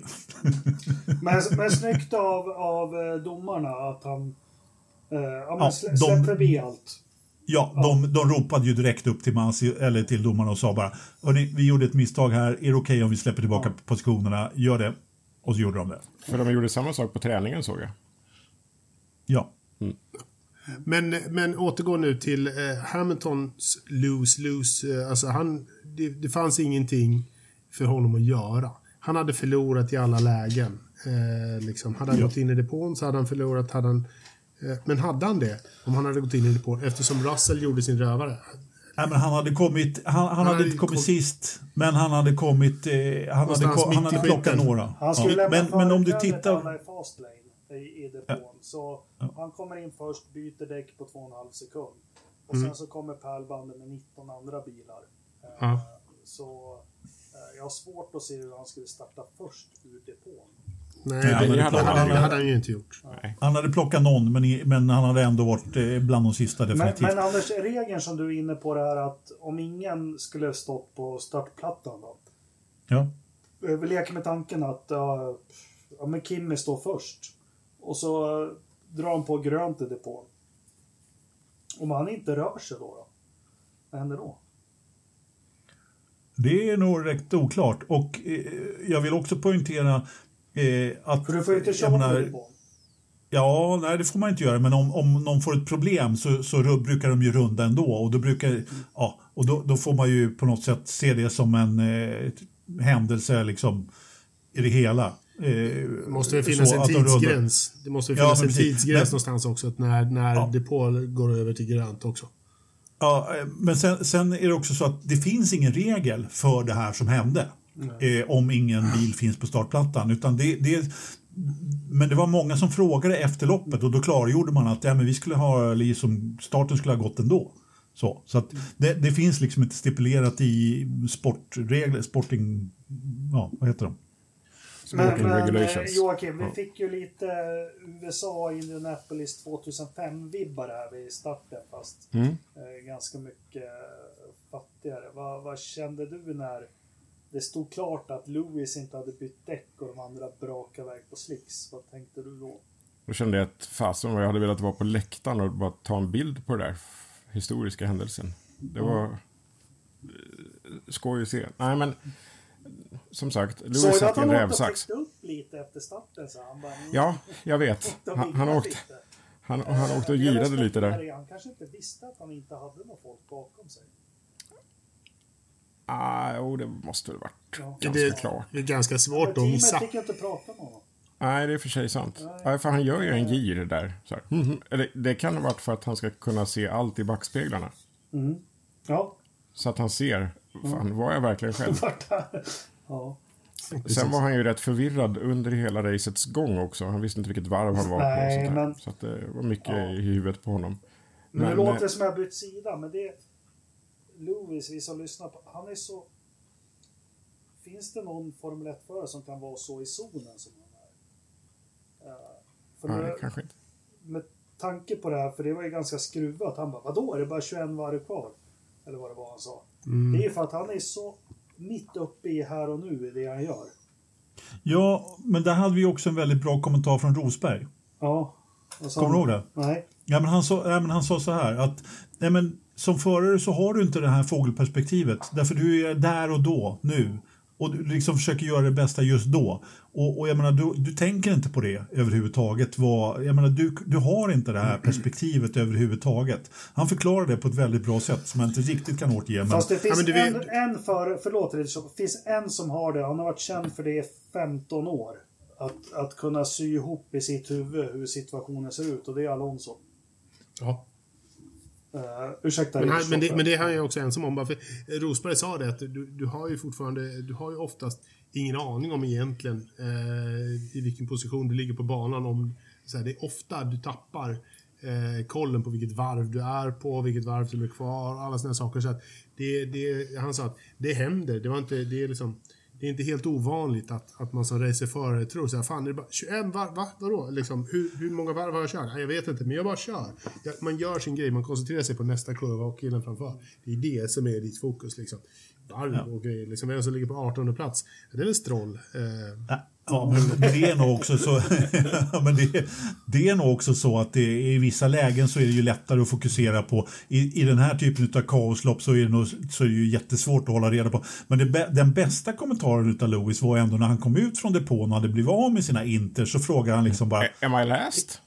men, men snyggt av, av domarna att han Uh, ja, men ja, slä, släpp de, förbi allt. Ja, ja. De, de ropade ju direkt upp till Masi, eller till domarna och sa bara, hörni, vi gjorde ett misstag här, är det okej okay om vi släpper tillbaka ja. positionerna, gör det. Och så gjorde de det. För de gjorde samma sak på träningen, såg jag. Ja. Mm. Men, men återgå nu till eh, Hamiltons lose-lose. Eh, alltså han, det, det fanns ingenting för honom att göra. Han hade förlorat i alla lägen. Eh, liksom. Hade han ja. gått in i depån så hade han förlorat, hade han Men hade han det? Om han hade gått in i depån eftersom Russell gjorde sin rövare? Nej, men han hade kommit han, han, han hade inte kommit kom... sist, men han hade kommit eh, han hade ko- han hade plockat några. Han skulle ja. men men om du tittar i fast lane i, i depån ja. så ja. han kommer in först, byter däck på två och en halv sekund. Och mm. sen så kommer pärlbanden med nitton andra bilar. Ja. Eh, så eh, jag har svårt att se hur han skulle starta först ur depån. Nej, det, det, hade, han, det hade han ju inte gjort. Nej. Han hade plockat någon, men, i, men han hade ändå varit bland de sista definitivt. Men, men Anders, regeln som du är inne på det här att om ingen skulle stått på startplattan då. Ja. Vi leker med tanken att ja, ja, men Kimi står först. Och så uh, drar han på grönt i depån. Om han inte rör sig då, då vad händer då? Det är nog rätt oklart. Och eh, jag vill också poängtera Eh, att, för du får inte köra menar, på. Ja, nej det får man inte göra. Men om, om någon får ett problem så, så brukar de ju runda ändå. Och då, brukar, mm. ja, och då, då får man ju på något sätt se det som en eh, händelse liksom, i det hela. Eh, det måste ju finnas en tidsgräns. Det måste ju finnas ja, en tidsgräns men, någonstans också. När, när ja. depå går över till grönt också. Ja, men sen, sen är det också så att det finns ingen regel för det här som hände. Eh, om ingen bil finns på startplattan utan det, det, men det var många som frågade efter loppet och då klargjorde man att ja, men vi skulle ha, liksom, starten skulle ha gått ändå så, så att det, det finns liksom inte stipulerat i sportregler, sporting, ja vad heter de? Men, men Joakim, vi fick ju lite U S A Indianapolis tjugohundrafem-vibbar här vid starten fast mm. eh, ganska mycket fattigare. Vad, vad kände du när det stod klart att Lewis inte hade bytt däck och de andra brakade iväg på slicks? Vad tänkte du då? Då kände jag att fasen vad jag hade velat vara på läktaren och bara ta en bild på det där historiska händelsen. Det var mm. skoj att se. Nej men som sagt, Lewis satt i en rävsax. Så upp lite efter starten så han bara, ja, jag vet. Han, han åkte han, han åkte och girade lite där. Han kanske inte visste att han inte hade någon folk bakom sig. Ah, oh, det måste väl varit Ja. ganska det, klart. Det är ganska svårt Men att missa. teamet fick inte prata med honom. Nej, det är för sig sant. Nej, för han gör ju en gir där. Så här. Mm-hmm. Eller, det kan ha varit för att han ska kunna se allt i backspeglarna. Mm. Ja. Så att han ser, fan, var jag verkligen själv? Ja. Sen var han ju rätt förvirrad under hela racets gång också. Han visste inte vilket varv han var Nej, på. Och sånt men... Så att det var mycket Ja. i huvudet på honom. Men, Men, det låter eh, som jag har bytt sida, men det... Lewis, vi som lyssnar på, han är så... Finns det någon Formel ett-förare som kan vara så i zonen som han är? Uh, för Nej, med, kanske inte. med tanke på det här, för det var ju ganska skruvat. Han bara, vadå, är det bara tjugoett varv kvar? Eller vad det var han sa. Mm. Det är för att han är så mitt uppe i här och nu i det han gör. Ja, men där hade vi också en väldigt bra kommentar från Rosberg. Ja. Kommer du ihåg det? Nej. Ja, men han sa, ja, men han sa så här att nej, men som förare så har du inte det här fågelperspektivet. Därför du är där och då, nu. Och du liksom försöker göra det bästa just då. Och, och jag menar, du, du tänker inte på det överhuvudtaget. Vad, jag menar, du, du har inte det här perspektivet överhuvudtaget. Han förklarar det på ett väldigt bra sätt som jag inte riktigt kan återge. Men... Fast det finns Ja, men du en, en för, förlåt det finns en som har det. Han har varit känd för det i femton år. Att, att kunna sy ihop i sitt huvud hur situationen ser ut. Och det är Alonso. Ja. Uh, ursäkta. Men, han, men, det, men det är han ju också ensam om. Bara för Rosberg sa det att du, du har ju fortfarande, du har ju oftast ingen aning om egentligen eh, i vilken position du ligger på banan. Om, så här, det är ofta du tappar eh, kollen på vilket varv du är på, vilket varv som är kvar, alla såna saker. Så att det, det, han sa att det händer. Det var inte, det är liksom... Det är inte helt ovanligt att, att man som racerförare tror så här, fan är det bara tjugoett varv, va? Vadå? Liksom, hur, hur många varv har jag kört? Nej, jag vet inte, men jag bara kör. Ja, man gör sin grej, man koncentrerar sig på nästa kurva och killen framför. Det är det som är ditt fokus liksom. Varv Ja. och grejer, liksom, vem som ligger på artonde plats. Det är väl Stroll. Eh, Ja, men det är nog också så ja, men det, det är nog också så att det, i vissa lägen så är det ju lättare att fokusera på. I, i den här typen av kaoslopp så är det nog, så är det ju jättesvårt att hålla reda på. Men det, den bästa kommentaren utav Lewis var ändå när han kom ut från depån och hade blivit av med sina Inter, så frågade han liksom bara Am I last?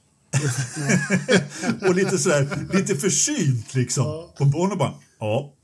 och lite sådär, lite försynt liksom. Och Bono bara, ja.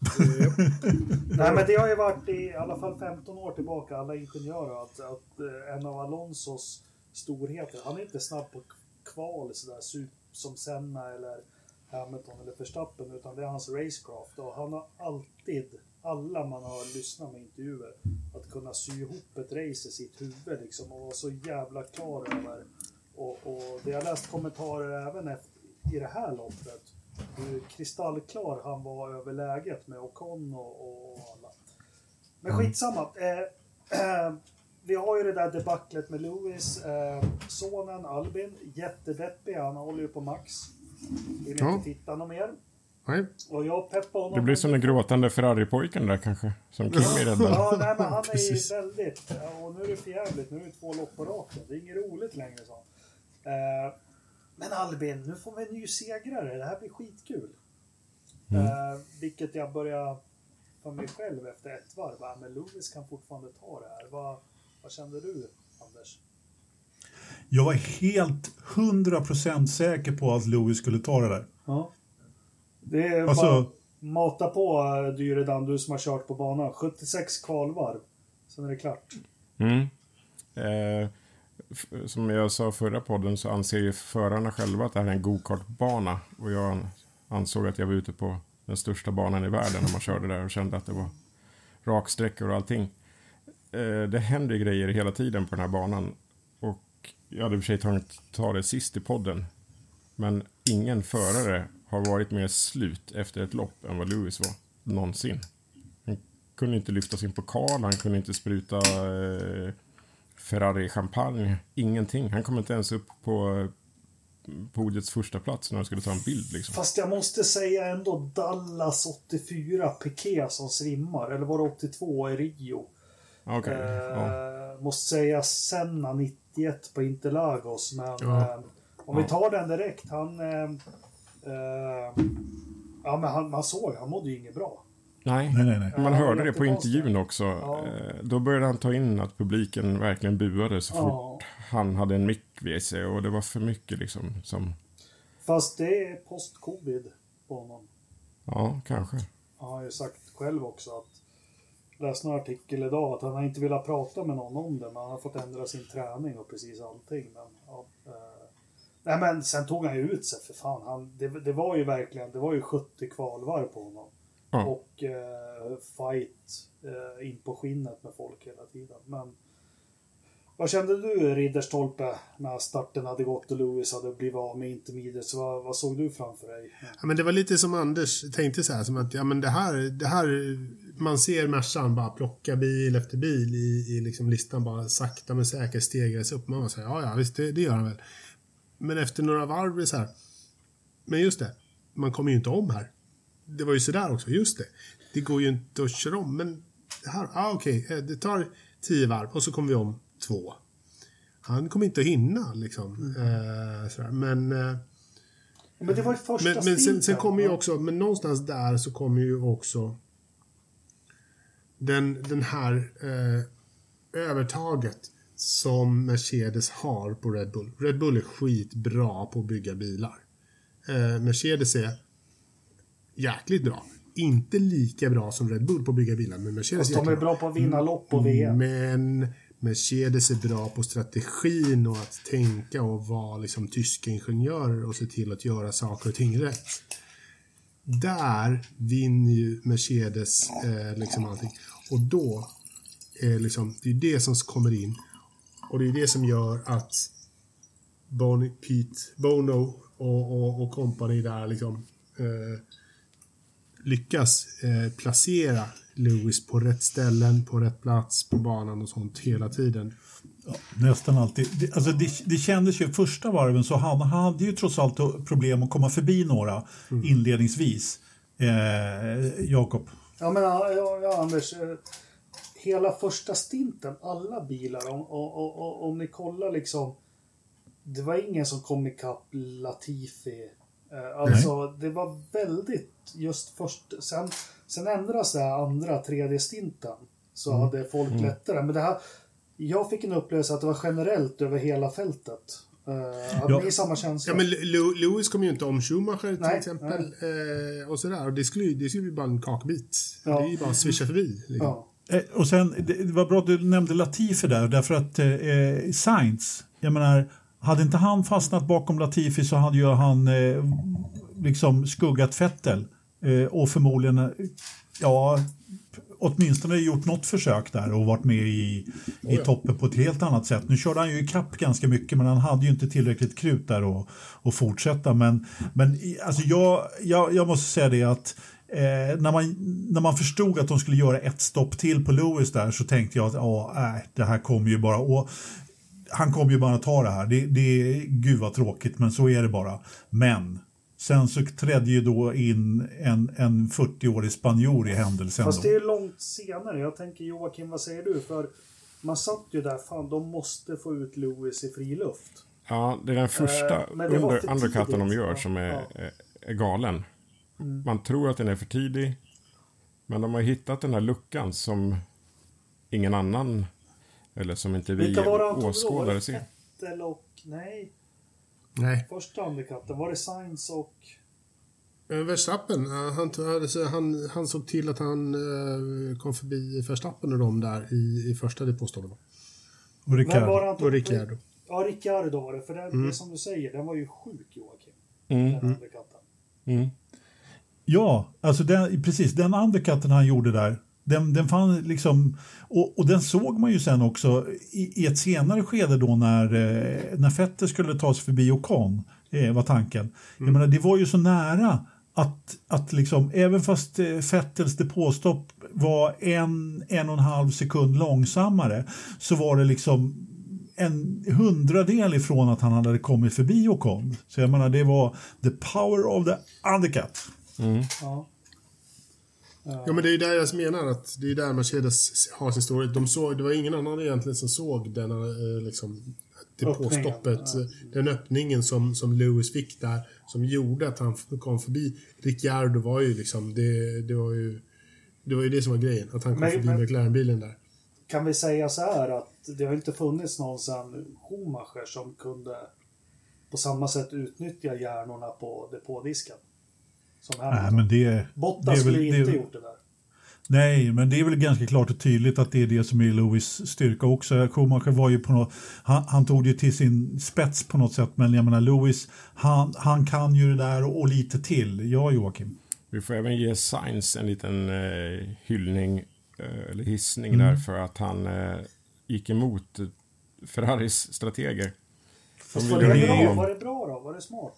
Nej, men det har ju varit i alla fall femton år tillbaka, alla ingenjörer, att, att eh, en av Alonsos storheter, han är inte snabb på kval sådär som Senna eller Hamilton eller Verstappen, utan det är hans racecraft, och han har alltid, alla man har lyssnat med intervjuer, att kunna sy ihop ett race i sitt huvud liksom, och vara så jävla klar över, och, och det har läst kommentarer även efter, i det här loppet, hur kristallklar han var över läget med Ocon och, och alla. Men skitsamma. Eh, eh, vi har ju det där debaclet med Lewis. Eh, sonen Albin, jättedeppig. Han håller ju på max. Vill Ja. inte titta något mer. nej. Och jag peppar honom. Det blir som den gråtande Ferrari-pojken där kanske. Som Kim är rädd. Ja, nej, men han är ju Precis. väldigt... Och nu är det för jävligt. Nu är det två lopp på raken. Det är inget roligt längre, så. Eh, men Albin, nu får vi en ny segrare. Det här blir skitkul. Mm. Eh, vilket jag börjar för mig själv efter ett varv. Va? Men Lewis kan fortfarande ta det här. Vad, vad kände du, Anders? Jag var helt hundra procent säker på att Lewis skulle ta det där. Ja. Det är Alltså- bara mata på, uh, Dyredan, du som har kört på banan. sjuttiosex kvalvarv. Sen är det klart. Mm. Eh, f- som jag sa förra podden så anser ju förarna själva att det här är en go-kartbana. Och jag ansåg att jag var ute på den största banan i världen när man körde där och kände att det var raksträckor och allting. Eh, det händer ju grejer hela tiden på den här banan. Och jag hade i och för sig tänkt ta det sist i podden. Men ingen förare har varit mer slut efter ett lopp än vad Lewis var någonsin. Han kunde inte lyfta sin pokal, han kunde inte spruta eh, Ferrari-champagne, ingenting. Han kom inte ens upp på eh, podiets första plats när han skulle ta en bild. Liksom. Fast jag måste säga ändå Dallas åttiofyra, Piquet som svimmar. Eller var det åttiotvå i Rio? Okay, eh, ja. Måste säga Senna nittioett på Interlagos. Men Ja. eh, om vi tar den direkt. Han... Eh, eh, ja, men han, man såg, han mådde ju inget bra. Nej, Nej, nej, nej. man Ja, hörde det på jättekonstigt. intervjun också. Ja. Eh, Då började han ta in att publiken verkligen buade så Ja. fort han hade en mick vid sig. Och det var för mycket liksom. Som, Fast det är post-covid på honom. ja, kanske. Han har ju sagt själv också att läste en artikel idag att han har inte velat prata med någon om det, men han har fått ändra sin träning och precis allting. Men, ja, eh. Nej, men sen tog han ju ut sig för fan. Han, det, det var ju verkligen, det var ju sjuttio kvalvar på honom. Mm. Och eh, fight eh, in på skinnet med folk hela tiden. Men vad kände du, Ridderstolpe, när starten hade gått och Lewis hade blivit av med intermediates? Vad, vad såg du framför dig? Ja, men det var lite som Anders tänkte så här, som att ja, men det här, det här man ser Mercan bara plocka bil efter bil i, i liksom listan, bara sakta men säkert stegras upp. Man säger, ja ja, visst det, det gör han väl. Men efter några varv är det så här, men just det, man kommer ju inte om här. Det var ju sådär också, just det. Det går ju inte att köra om, men det här, ah, okej, okay, det tar tio varv och så kommer vi om två. Han kommer inte att hinna liksom. Mm. Eh, sådär. Men, eh, men det var ju första men, men sen, sen kommer ju också, men någonstans där så kommer ju också den, den här eh, övertaget som Mercedes har på Red Bull. Red Bull är skitbra på att bygga bilar. Eh, Mercedes är jäkligt bra. Inte lika bra som Red Bull på att bygga bilar, men Mercedes är de är bra på att vinna lopp på V M. Men Mercedes är bra på strategin och att tänka och vara liksom tyska ingenjörer och se till att göra saker och ting rätt. Där vinner ju Mercedes eh, liksom allting. Och då är liksom, det är det som kommer in. Och det är det som gör att Bonnie, Pete, Bono och, och, och company där liksom eh, lyckas eh, placera Lewis på rätt ställen, på rätt plats, på banan och sånt hela tiden. Ja, nästan alltid. Det, alltså det, det kändes ju första varven så han, han hade ju trots allt problem att komma förbi några mm. inledningsvis. Eh, Jakob. Ja men ja, ja, Anders, hela första stinten, alla bilar, om, och, och, och, om ni kollar liksom, det var ingen som kom ikapp Latifi. Alltså Nej. Det var väldigt just först, sen, sen ändras det här andra, tredje stinten så mm. hade folk mm. lättare, men det här, jag fick en upplevelse att det var generellt över hela fältet. Uh, hade ja. Ni samma känsla? Ja, men Lewis kom ju inte om Schumacher till nej, exempel nej. Uh, och sådär, och det skulle ju det skulle ju bara en kakbit. Ja. Det är ju bara att swisha förbi liksom. Ja. Eh, och sen, det var bra att du nämnde Latifi där, därför att eh, Sainz, jag menar, hade inte han fastnat bakom Latifi så hade ju han eh, liksom skuggat Vettel eh, och förmodligen eh, ja, åtminstone gjort något försök där och varit med i, i toppen på ett helt annat sätt. Nu körde han ju i kapp ganska mycket, men han hade ju inte tillräckligt krut där och, och fortsätta. Men, men alltså jag, jag, jag måste säga det att eh, när, man, när man förstod att de skulle göra ett stopp till på Lewis där så tänkte jag att ah, äh, det här kommer ju bara... Och, han kommer ju bara ta det här. Det, det är gud vad tråkigt, men så är det bara. Men sen så trädde ju då in en, en fyrtioårig spanjor i händelsen. Fast då. Det är långt senare. Jag tänker Joakim, vad säger du? För man satt ju där, fan de måste få ut Lewis i fri luft. Ja, det är den första eh, under undercutten de gör som är, ja. är, är galen. Mm. Man tror att den är för tidig. Men de har hittat den här luckan som ingen annan... Eller som inte vi åskådare ser. Vettel och... Nej. Nej. Första undercutten. Var det Sainz och... Verstappen. Han, han, han såg till att han uh, kom förbi Verstappen och dem där i, i första depåstånden. Och Ricciardo. Och Ricciardo. Ja, Ricciardo var det. För den, mm. det som du säger, den var ju sjuk, Joakim. Mm. Den undercutten. Mm. Ja, alltså den, precis. Den undercutten han gjorde där. Den, den fann liksom, och, och den såg man ju sen också i, i ett senare skede då när, eh, när Vettel skulle ta sig förbi Ocon, eh, var tanken. Mm. Jag menar, det var ju så nära att, att liksom, även fast eh, Vettels depåstopp var en, en och en halv sekund långsammare så var det liksom en hundradel ifrån att han hade kommit förbi Ocon. Så jag menar, det var the power of the undercut. Mm. Ja. Ja, men det är ju där jag menar att det är där Mercedes har sin story. De såg, det var ingen annan egentligen som såg den eh, liksom depåstoppet, ja. Den öppningen som, som Lewis fick där, som gjorde att han kom förbi. Ricciardo var ju liksom det, det var ju det var ju det som var grejen, att han kom men, förbi men, McLaren-bilen där. Kan vi säga så här att det har inte funnits någon sedan Schumacher som kunde på samma sätt utnyttja hjärnorna på depådisken? Nej, men det, Bottas det är väl, skulle inte det, gjort det där. Nej, men det är väl ganska klart och tydligt att det är det som är Lewis styrka också. Schumacher var ju på något, han, han tog det till sin spets på något sätt, men jag menar Lewis, han, han kan ju det där och, och lite till. Ja, Joakim. Vi får även ge Sainz en liten eh, hyllning eh, eller hissning Mm. där för att han eh, gick emot Ferraris strateger. Fast De var ville det, ge bra? honom- var det bra då? Var det smart?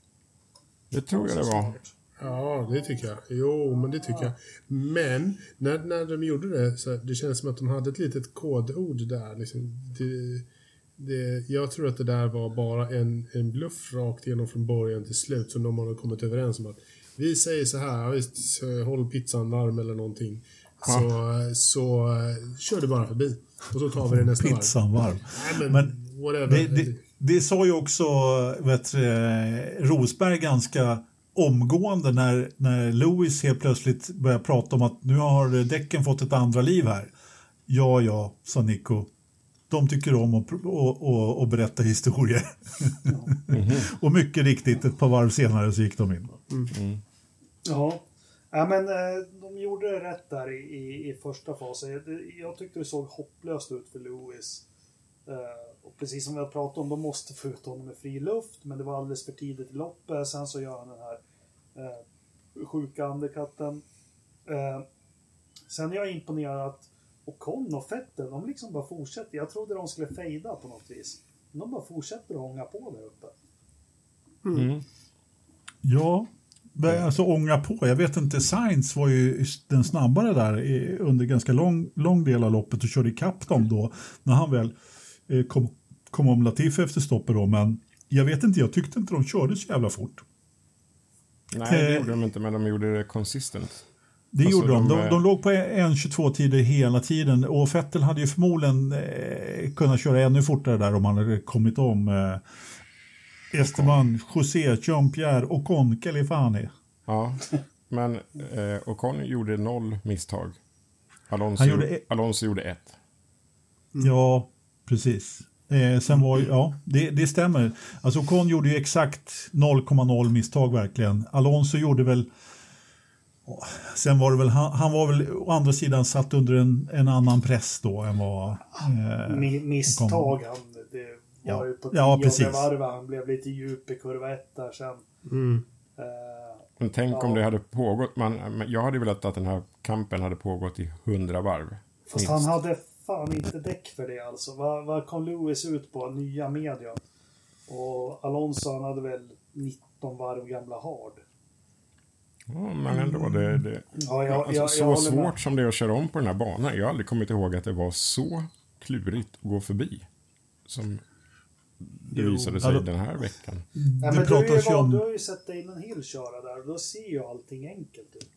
Det tror jag det var. Ja, det tycker jag. Jo, men det tycker jag. Men när, när de gjorde det så det känns som att de hade ett litet kodord där. Liksom, det, det, jag tror att det där var bara en, en bluff rakt igenom från början till slut som de har kommit överens om att vi säger så här, ja, visst, så håll pizzan varm eller någonting. Så, så kör du bara förbi. Och så tar vi det nästa varv. Pizzan varm. Nej, men, Men whatever. Det, det, det sa ju också vet, du, Rosberg ganska omgående när, när Lewis helt plötsligt började prata om att nu har däcken fått ett andra liv här. Ja, ja, sa Nico. De tycker om att och, och, och berätta historier. Mm. Och mycket riktigt, ett par varv senare så gick de in. Mm. Ja. Ja, men eh, de gjorde det rätt där i, i, i första fasen. Jag, jag tyckte det såg hopplöst ut för Lewis. Eh, och precis som vi har pratat om, de måste få ut honom med fri luft, men det var alldeles för tidigt i loppet. Sen så gör han den här eh, sjuka underkatten. Eh, sen är jag imponerad att Ocon och Vettel, de liksom bara fortsätter. Jag trodde de skulle fejda på något vis. De bara fortsätter att ånga på där uppe. Mm. Ja, alltså ånga på. Jag vet inte, Sainz var ju den snabbare där i, under ganska lång, lång del av loppet och körde ikapp dem då när han väl eh, kom, kom om Latifi efter stoppet då. Men jag vet inte, jag tyckte inte de körde så jävla fort. Nej, det Eh, gjorde de inte, men de gjorde det consistent. Det Alltså, gjorde de. de, De, eh, de låg på en tjugotvå tider hela tiden och Vettel hade ju förmodligen eh, kunnat köra ännu fortare där om han hade kommit om eh, Esteban, José, Jean-Pierre, Ocon, Califani. Ja, men eh, Ocon gjorde noll misstag. Alonso, Han gjorde ett. Alonso gjorde ett. Ja, precis. Eh, sen var ju, ja, det, det stämmer. Alltså Ocon gjorde ju exakt noll komma noll misstag verkligen. Alonso gjorde väl, åh, sen var det väl, han, han var väl å andra sidan satt under en, en annan press då än vad... Eh, Mi- misstag, han, det var Ja. ju på Ja, tionde precis. varv, han blev lite djup i kurva ett där sen. Mm. Eh, Men tänk Ja. om det hade pågått, man, men jag hade velat att den här kampen hade pågått i hundra varv. Fast minst. han hade fan inte däck för det alltså. Vad, vad kom Lewis ut på? Nya medium. Och Alonso, han hade väl nitton varv gamla hard. Ja, men ändå, det, det, Ja, jag, alltså, jag, jag så håller svårt med. som det är att köra om på den här banan. Jag har aldrig kommit ihåg att det var så klurigt att gå förbi. Som det Jo, visade sig alltså- den här veckan. Ja, det men du, är ju, pratas ju van- om... du har ju sett Damon Hill köra där och då ser ju allting enkelt ut.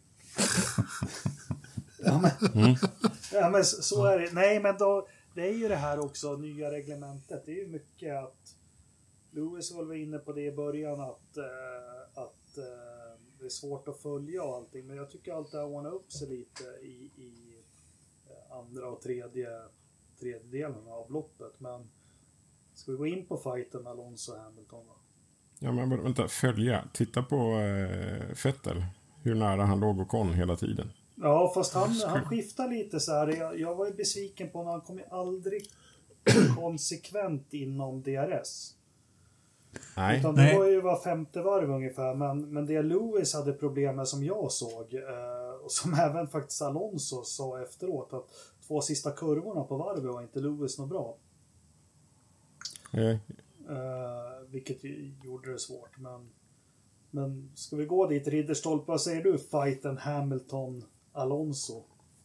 ja, men, Mm. ja, men så, så är det. Nej, men då, det är ju det här också, nya reglementet. Det är ju mycket att Lewis var väl inne på det i början att, eh, att eh, det är svårt att följa och allting. Men jag tycker alltid att ordna upp sig lite i, i eh, andra och tredje, tredje delen av loppet. Men ska vi gå in på fighten med Alonso och Hamilton då? Ja, men vänta, följa. Titta på eh, Vettel. Hur nära han låg Ocon hela tiden. Ja, fast han, han skiftar lite så här. Jag, jag var ju besviken på honom. Han kom ju aldrig konsekvent inom D R S. Nej, Utan det Nej. var ju var femte varv ungefär. Men, men det Lewis hade problem med som jag såg, eh, och som även faktiskt Alonso sa efteråt, att två sista kurvorna på varvet var inte Lewis något bra. eh, Eh, vilket ju gjorde det svårt. Men, men ska vi gå dit, Ridderstolpe, vad säger du? Fighten Hamilton-Alonso.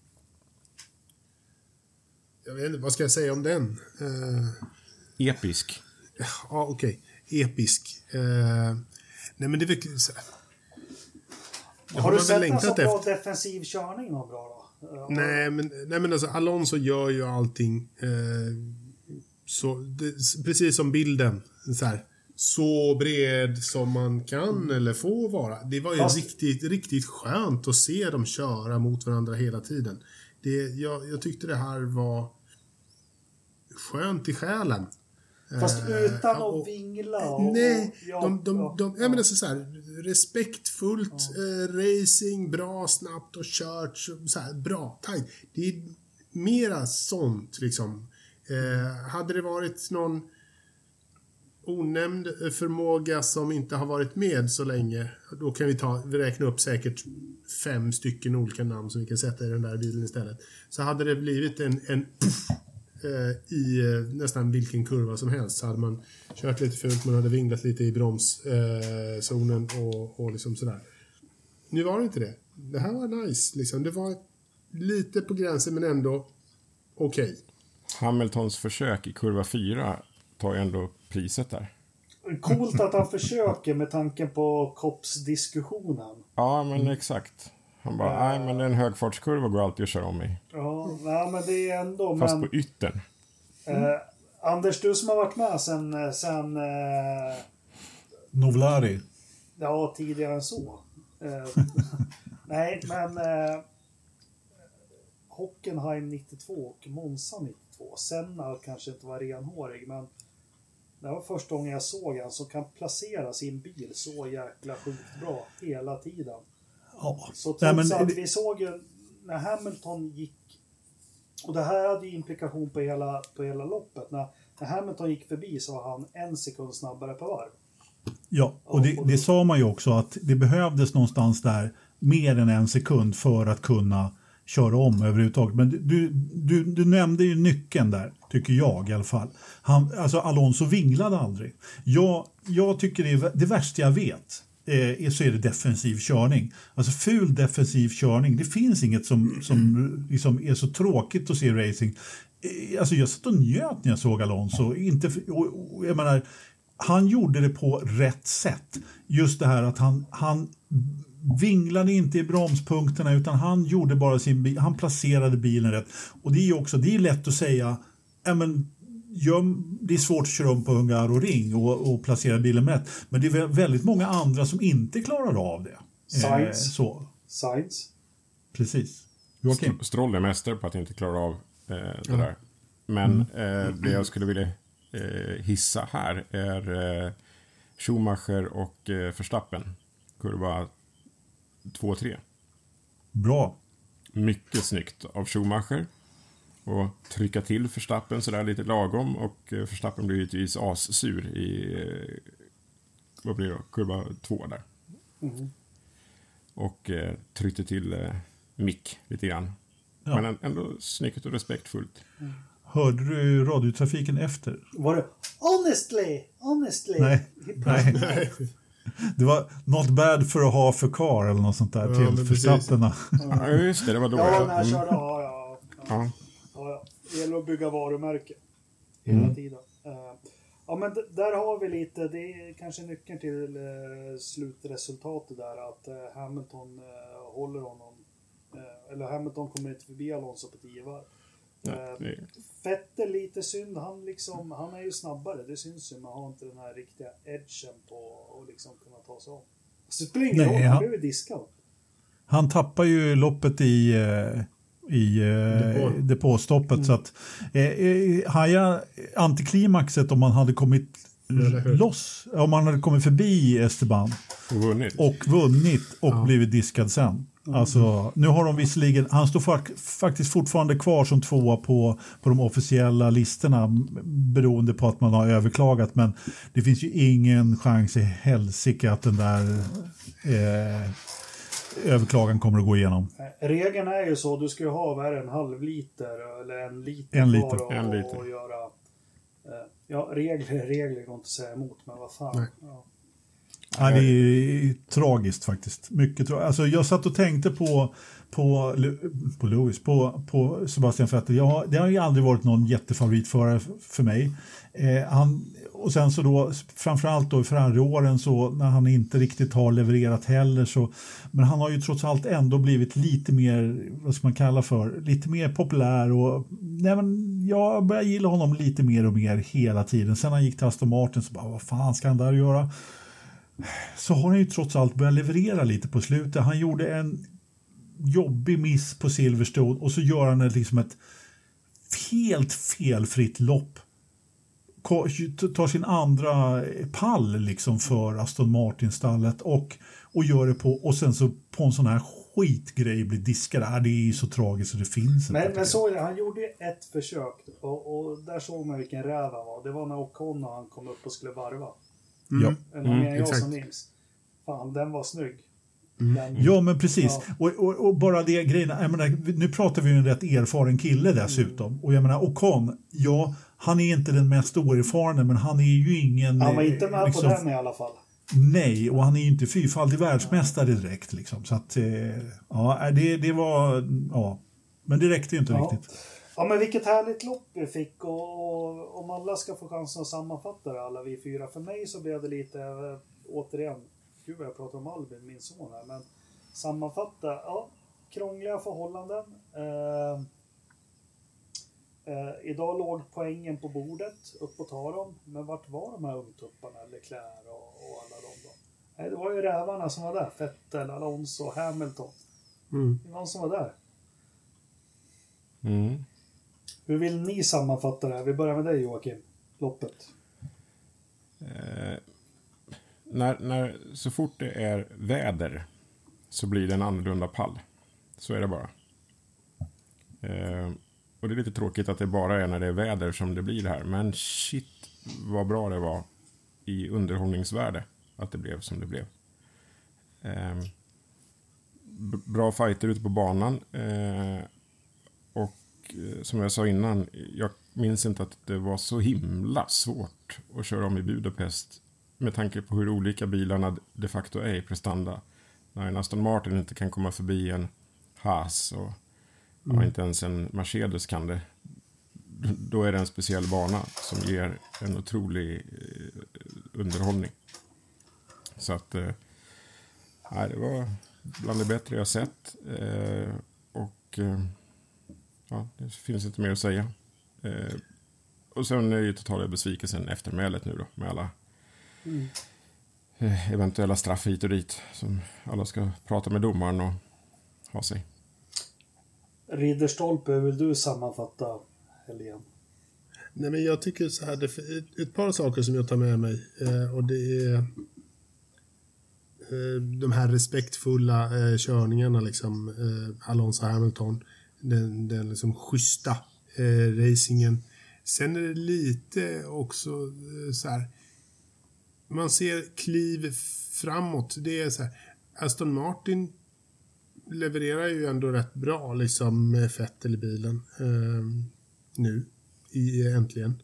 Jag vet inte, vad ska jag säga om den? Eh, episk. ja, okej. Episk. Eh, nej, men det är väl... så- Det Har du man väl sett en längtat så bra efter. defensiv körning någon bra då? Eh, Nej, men, nej, men alltså Alonso gör ju allting eh, så, det, precis som bilden. Så, här, så bred som man kan eller får vara. Det var ju Fast- riktigt, riktigt skönt att se dem köra mot varandra hela tiden. Det, jag, jag tyckte det här var skönt i själen. Fast utan att och, vingla. Och, nej, ja, de, de, ja, de, ja. jag menar så här, respektfullt ja. eh, racing, bra, snabbt och kört, så här, bra, tajt. Det är mera sånt liksom. Eh, hade det varit någon onämnd förmåga som inte har varit med så länge, då kan vi ta, vi räkna upp säkert fem stycken olika namn som vi kan sätta i den där bilen istället. Så hade det blivit en, en puff, eh, i eh, nästan vilken kurva som helst, så hade man kört lite fult, man hade vinglat lite i bromszonen eh, och, och liksom sådär. Nu var det inte det. Det här var nice liksom. Det var lite på gränsen men ändå okej. Okay. Hamiltons försök i kurva fyra tar ändå priset där. Coolt att han försöker med tanken på Kops-diskussionen. Ja, men exakt. Han bara, nej uh, men en högfartskurva går alltid att köra om i. Ja, nej, men det är ändå... Fast men, på yttern. Eh, Anders, du som har varit med sen... sen eh, Novlari. Ja, tidigare än så. Eh, nej, men... Eh, Hockenheim nittiotvå och Monza nittiotvå. Senna kanske inte var renhårig, men det var första gången jag såg en som kan placera sin bil så jäkla sjukt bra hela tiden. Ja. Så trots Nej, men... att vi såg ju när Hamilton gick, och det här hade ju implikation på hela, på hela loppet. När, när Hamilton gick förbi så var han en sekund snabbare på varv. Ja, och det, det sa man ju också att det behövdes någonstans där mer än en sekund för att kunna köra om överhuvudtaget. Men du, du, du nämnde ju nyckeln där, tycker jag i alla fall. Han, alltså Alonso vinglade aldrig. Jag, jag tycker det, är, det värsta jag vet eh, så är det defensiv körning. Alltså ful defensiv körning. Det finns inget som, som liksom är så tråkigt att se i racing. Eh, alltså jag satt och njöt när jag såg Alonso. Inte, och, och, jag menar, han gjorde det på rätt sätt. Just det här att han... han vinglade inte i bromspunkterna utan han gjorde bara sin bil, han placerade bilen rätt. Och det är ju också, det är lätt att säga, ja men gör, det är svårt att köra om på Hungaroring och, och placera bilen rätt. Men det är väldigt många andra som inte klarar av det. Sainz. Eh, så. Sainz. Precis. Joakim. Stroll är mästare på att inte klara av eh, det ja. där. Men mm. eh, det jag skulle vilja eh, hissa här är eh, Schumacher och eh, Verstappen. Kurva två tre. Bra. Mycket snyggt av Schumacher. Och trycka till Verstappen sådär lite lagom. Och Verstappen blir givetvis assur i vad blir det då? Kurva två där. Mm. Och eh, tryckte till eh, Mick lite grann. Ja. Men ändå snyggt och respektfullt. Mm. Hörde du radiotrafiken efter? Var det honestly? Honestly? Nej. Nej. Det var not bad for a half a car eller något sånt där ja, till förstattarna. Ja, just det, det var då. Ja, när jag körde, ja, ja. ja. ja. ja det gäller att bygga varumärke hela mm. tiden. Ja, men d- där har vi lite, det är kanske nyckeln till uh, slutresultatet där, att uh, Hamilton uh, håller honom, uh, eller Hamilton kommer inte förbi Alonso på tio varv. Uh, Vettel lite synd, han liksom, han är ju snabbare, det syns ju, man har inte den här riktiga edgen på att liksom kunna ta sig om. Så det spelar ingen roll, han blev diskad. Han tappar ju loppet i uh... i eh, depåstoppet mm. så att eh, haja antiklimaxet om man hade kommit mm. loss, om man hade kommit förbi Esteban och vunnit och, vunnit och ja. blivit diskad sen. Mm. Alltså, nu har de visserligen, han står fak- faktiskt fortfarande kvar som tvåa på, på de officiella listorna beroende på att man har överklagat, men det finns ju ingen chans i helsike att den där eh, överklagan kommer att gå igenom. Regeln är ju så, du ska ju ha vad är det, en halv liter eller en liter, en liter. Och, en liter. Och göra, ja, regler, regler går inte att säga emot, men vad fan. Nej. Ja. Ja, det är tragiskt faktiskt. Mycket tra- alltså, jag satt och tänkte på på, på Lewis, på, på Sebastian Vettel. Jag, det har ju aldrig varit någon jättefavoritförare för mig. Eh, han, och sen så då, framförallt då i Ferrari-åren så när han inte riktigt har levererat heller så, men han har ju trots allt ändå blivit lite mer, vad ska man kalla för, lite mer populär och nej men jag börjar gilla honom lite mer och mer hela tiden. Sen han gick till Aston Martin så bara, vad fan ska han där göra? Så har han ju trots allt börjat leverera lite på slutet. Han gjorde en jobbig miss på Silverstone och så gör han ett, liksom ett helt felfritt lopp tar sin andra pall liksom för Aston Martin-stallet och, och gör det på, och sen så på en sån här skitgrej blir diskad. Ah, det är ju så tragiskt så det finns. Men, men så, han gjorde ett försök och, och där såg man vilken räv han var. Det var när Ocon när han kom upp och skulle varva. Mm. Ja, en mm, jag exakt. Som minns. Fan, den var snygg. Mm. Den, ja, men precis. Ja. Och, och, och bara det grejerna, jag menar, nu pratar vi ju en rätt erfaren kille dessutom. Mm. Och jag menar, Ocon, ja, han är inte den mest oerfarna, men han är ju ingen... Han var inte med liksom, på den i alla fall. Nej, och han är ju inte fyrfaldig världsmästare direkt liksom. Så att, ja, det, det var... Ja, men det räckte ju inte ja. riktigt. Ja, men vilket härligt lopp vi fick, och om alla ska få chansen att sammanfatta det, alla vi fyra. För mig så blev det lite, äh, återigen, gud jag pratar om Albin, min son här, men sammanfatta, ja, krångliga förhållanden. Eh, eh, idag låg poängen på bordet, upp och ta dem, men vart var de här ungtupparna, Leclerc och, och alla de då? Nej, det var ju rävarna som var där, Vettel, Alonso, Hamilton. Mm. Det var någon som var där. Mm. Hur vill ni sammanfatta det här? Vi börjar med dig, Joakim. Loppet. Eh, när, när, så fort det är väder så blir det en annorlunda pall. Så är det bara. Eh, och det är lite tråkigt att det bara är när det är väder som det blir det här. Men shit vad bra det var i underhållningsvärde att det blev som det blev. Eh, b- bra fighter ute på banan. Eh, och som jag sa innan, jag minns inte att det var så himla svårt att köra om i Budapest med tanke på hur olika bilarna de facto är i prestanda. När en Aston Martin inte kan komma förbi en Haas och mm. ja, inte ens en Mercedes kan det. Då är det en speciell bana som ger en otrolig eh, underhållning. Så att eh, nej, det var bland det bättre jag sett. Eh, och eh, ja, det finns inte mer att säga. Eh, och sen är ju totala besvikelsen eftermälet nu då. Med alla mm. eh, eventuella straff hit och dit. Som alla ska prata med domaren och ha sig. Ridderstolpe, hur vill du sammanfatta helgen? Nej, men jag tycker så här, det är ett, ett par saker som jag tar med mig. Eh, och det är eh, de här respektfulla eh, körningarna liksom. Eh, Alonso Hamilton. Den, den liksom schyssta eh, racingen. Sen är det lite också eh, så här. Man ser kliv framåt. Det är så här. Aston Martin levererar ju ändå rätt bra liksom med Vettel i bilen eh, nu i, äntligen.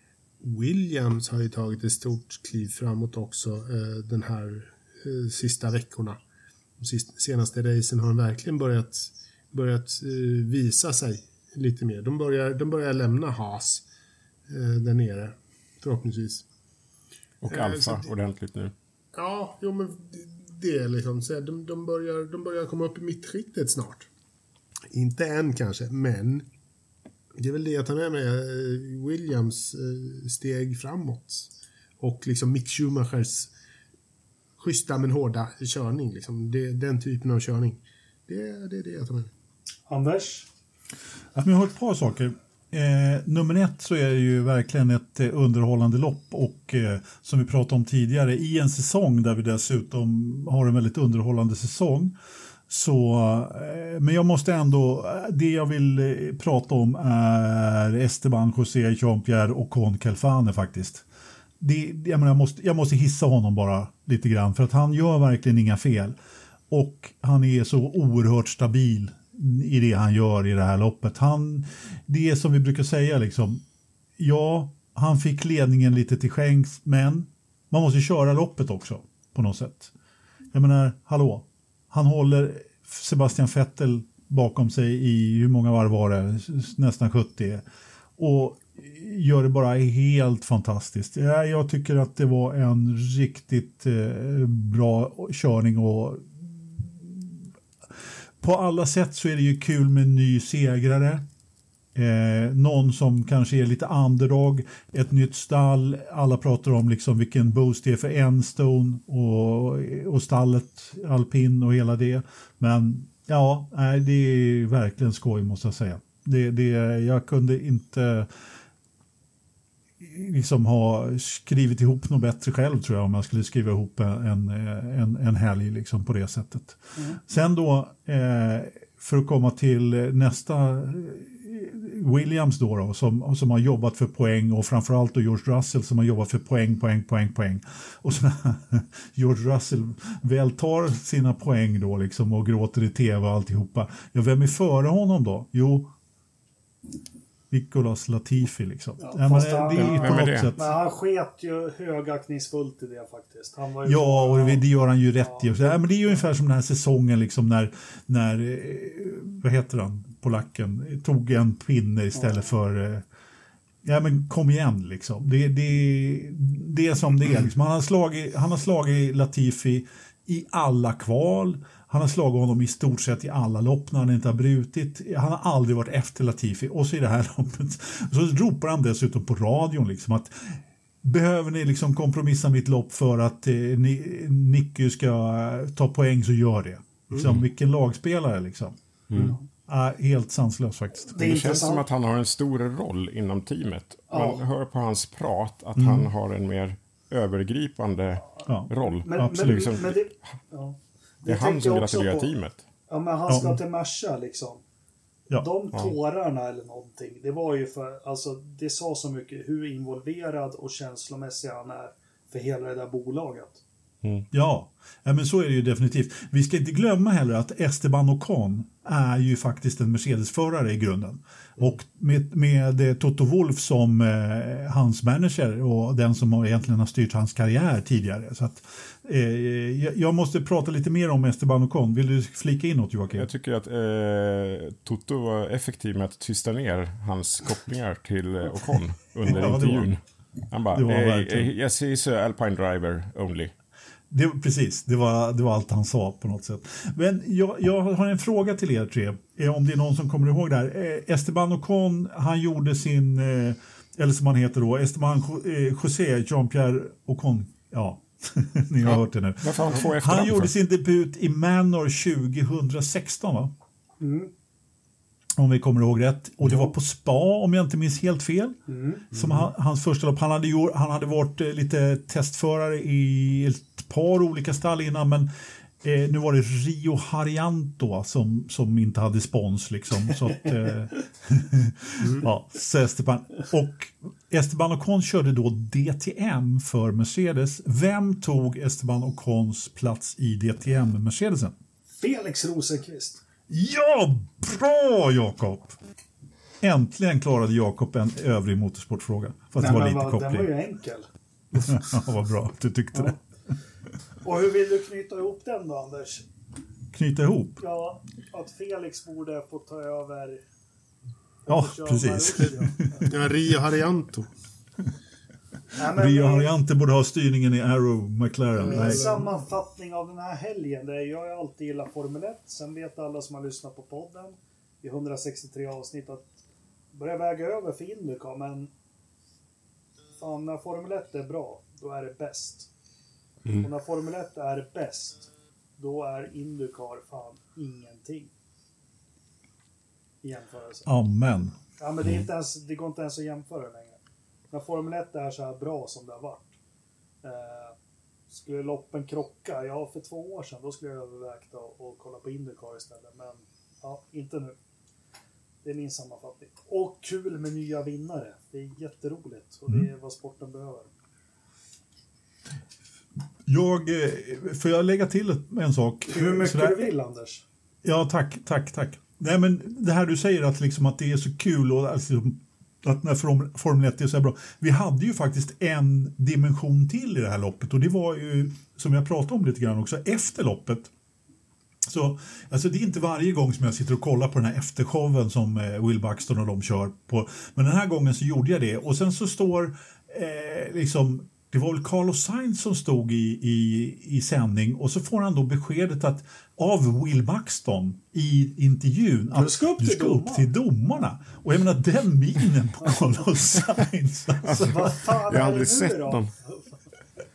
Williams har ju tagit ett stort kliv framåt också eh, den här eh, sista veckorna. De sista, senaste racen har de verkligen börjat börjat eh, visa sig lite mer. De börjar, de börjar lämna Haas eh, där nere, förhoppningsvis. Och Alfa eh, ordentligt nu. Ja, jo, men det, det är liksom så de, de, börjar, de börjar komma upp i mittskiktet snart. Inte än kanske, men det är väl det jag tar med mig. Eh, Williams eh, steg framåt. Och liksom Mick Schumachers schyssta men hårda körning. Liksom. Det, den typen av körning. Det, det är det jag tar med mig. Anders? Jag har hört ett par saker. Eh, nummer ett så är det ju verkligen ett eh, underhållande lopp och eh, som vi pratade om tidigare i en säsong där vi dessutom har en väldigt underhållande säsong. Så, eh, men jag måste ändå, det jag vill eh, prata om är Esteban José Jean-Pierre Ocon Calfane faktiskt. Det, jag, menar, jag, måste, jag måste hissa honom bara lite grann för att han gör verkligen inga fel. Och han är så oerhört stabil i det han gör i det här loppet. Han, det är som vi brukar säga liksom, ja, han fick ledningen lite till skänks, men man måste köra loppet också på något sätt. Jag menar, hallå, han håller Sebastian Vettel bakom sig i, hur många varv var det? Nästan sjuttio. Och gör det bara helt fantastiskt. Jag, jag tycker att det var en riktigt eh, bra körning och på alla sätt så är det ju kul med en ny segrare. Eh, någon som kanske är lite underdog. Ett nytt stall. Alla pratar om liksom vilken boost det är för Enstone och, och stallet Alpin och hela det. Men ja, det är verkligen skoj måste jag säga. Det, det, jag kunde inte... liksom ha skrivit ihop något bättre själv, tror jag, om jag skulle skriva ihop en, en, en helg liksom på det sättet. Mm. Sen då, eh, för att komma till nästa Williams då, då som, som har jobbat för poäng, och framförallt då George Russell som har jobbat för poäng, poäng, poäng, poäng. Och så George Russell väl tar sina poäng då liksom och gråter i tv och alltihopa. Ja, vem är före honom då? Jo, Nicolas Latifi liksom. Ja, ja, men det, han, det är på något sätt. Men han sket ju högaktningsfullt i det faktiskt. Han var ju ja, och det, det gör han ju rätt ja. i. Ja, men det är ju ungefär som den här säsongen liksom när, när vad heter han, polacken, tog en pinne istället ja. för ja men kom igen liksom. Det, det, det är som det är liksom. Han har slagit, han har slagit Latifi i alla kval. Han har slagit honom i stort sett i alla lopp när han inte har brutit. Han har aldrig varit efter Latifi. Och så i det här loppet så ropar han dessutom på radion liksom att behöver ni liksom kompromissa mitt lopp för att eh, ni, Nicky ska ta poäng, så gör det. Liksom, mm. Vilken lagspelare liksom. Mm. Äh, helt sanslös faktiskt. Det, det känns som att han har en stor roll inom teamet. Man ja. hör på hans prat att mm. han har en mer övergripande ja. roll. Men, Absolut. Liksom, men, men det, ja. det är han som gratulerar teamet. Ja, men han ska ja. till Merca liksom. Ja. De tårarna ja. eller någonting, det var ju för, alltså det sa så mycket hur involverad och känslomässig han är för hela det där bolaget. Mm. Ja. ja, men så är det ju definitivt. Vi ska inte glömma heller att Esteban Ocon är ju faktiskt en Mercedes-förare i grunden. Och med, med Toto Wolff som eh, hans manager och den som har egentligen har styrt hans karriär tidigare. Så att, eh, jag måste prata lite mer om Esteban Ocon. Vill du flika in något, Joakim? Jag tycker att eh, Toto var effektiv med att tysta ner hans kopplingar till eh, Ocon under ja, intervjun. Han bara, eh, yes, he's a Alpine driver only. Det, precis, det var, det var allt han sa på något sätt. Men jag, jag har en fråga till er tre. Om det är någon som kommer ihåg det här. Esteban Ocon, han gjorde sin, eller som han heter då, Esteban José Jean-Pierre Ocon. Ja, ni har ja. hört det nu. Han, han gjorde sin debut i Manor tjugohundrasexton, va? Mm. Om vi kommer ihåg rätt. Och det var på Spa, om jag inte minns helt fel. Mm. Mm. Som han, hans första lopp. Han hade, gjort, han hade varit lite testförare i ett par olika stall innan. Men eh, nu var det Rio Harianto som, som inte hade spons. Liksom, så att, eh, mm. ja, så Esteban. Och Esteban Ocon körde då D T M för Mercedes. Vem tog Esteban Ocons plats i D T M-Mercedesen? Felix Rosenqvist. Ja, bra Jakob! Äntligen klarade Jakob en övrig motorsportfråga. Fast Nej, det var lite va, koppling. Den var ju enkel. Ja, vad bra, du tyckte ja. det. Och hur vill du knyta ihop den då, Anders? Knyta ihop? Ja, att Felix borde få ta över... Ja, precis. Ja, Rio Harianto. Nej, men, Rio Harianto borde ha styrningen i Arrow McLaren. En sammanfattning av den här helgen. Det är jag har alltid gillat Formel ett. Sen vet alla som har lyssnat på podden i hundrasextiotre avsnitt att börja väga över för Indycar. Men fan, när Formel ett är bra, då är det bäst. Mm. Och när Formel ett är bäst, då är Indycar fan ingenting. I jämförelse. Amen. Ja, men det, är inte ens, det går inte ens att jämföra längre. När Formel ett är så här bra som det har varit. Eh, skulle loppen krocka? Ja, för två år sedan då skulle jag övervägt att och kolla på Indycar istället. Men ja, inte nu. Det är min sammanfattning. Och kul med nya vinnare. Det är jätteroligt. Och det är vad sporten behöver. Jag, får jag lägga till en sak? Hur mycket Sådär, du vill, Anders? Ja, tack, tack, tack. Nej, men det här du säger att, liksom, att det är så kul och alltså, att när Formel ett är så här bra. Vi hade ju faktiskt en dimension till i det här loppet och det var ju, som jag pratade om lite grann också, efter loppet. Så alltså det är inte varje gång som jag sitter och kollar på den här eftershowen som eh, Will Buxton och de kör på. Men den här gången så gjorde jag det. Och sen så står eh, liksom, det var väl Carlos Sainz som stod i, i, i sändning och så får han då beskedet att av Will Buxton i intervjun att du ska upp till, du ska domar. upp till domarna. Och jag menar den minen på Carlos Sainz. Alltså, vad fan jag har aldrig sett dem.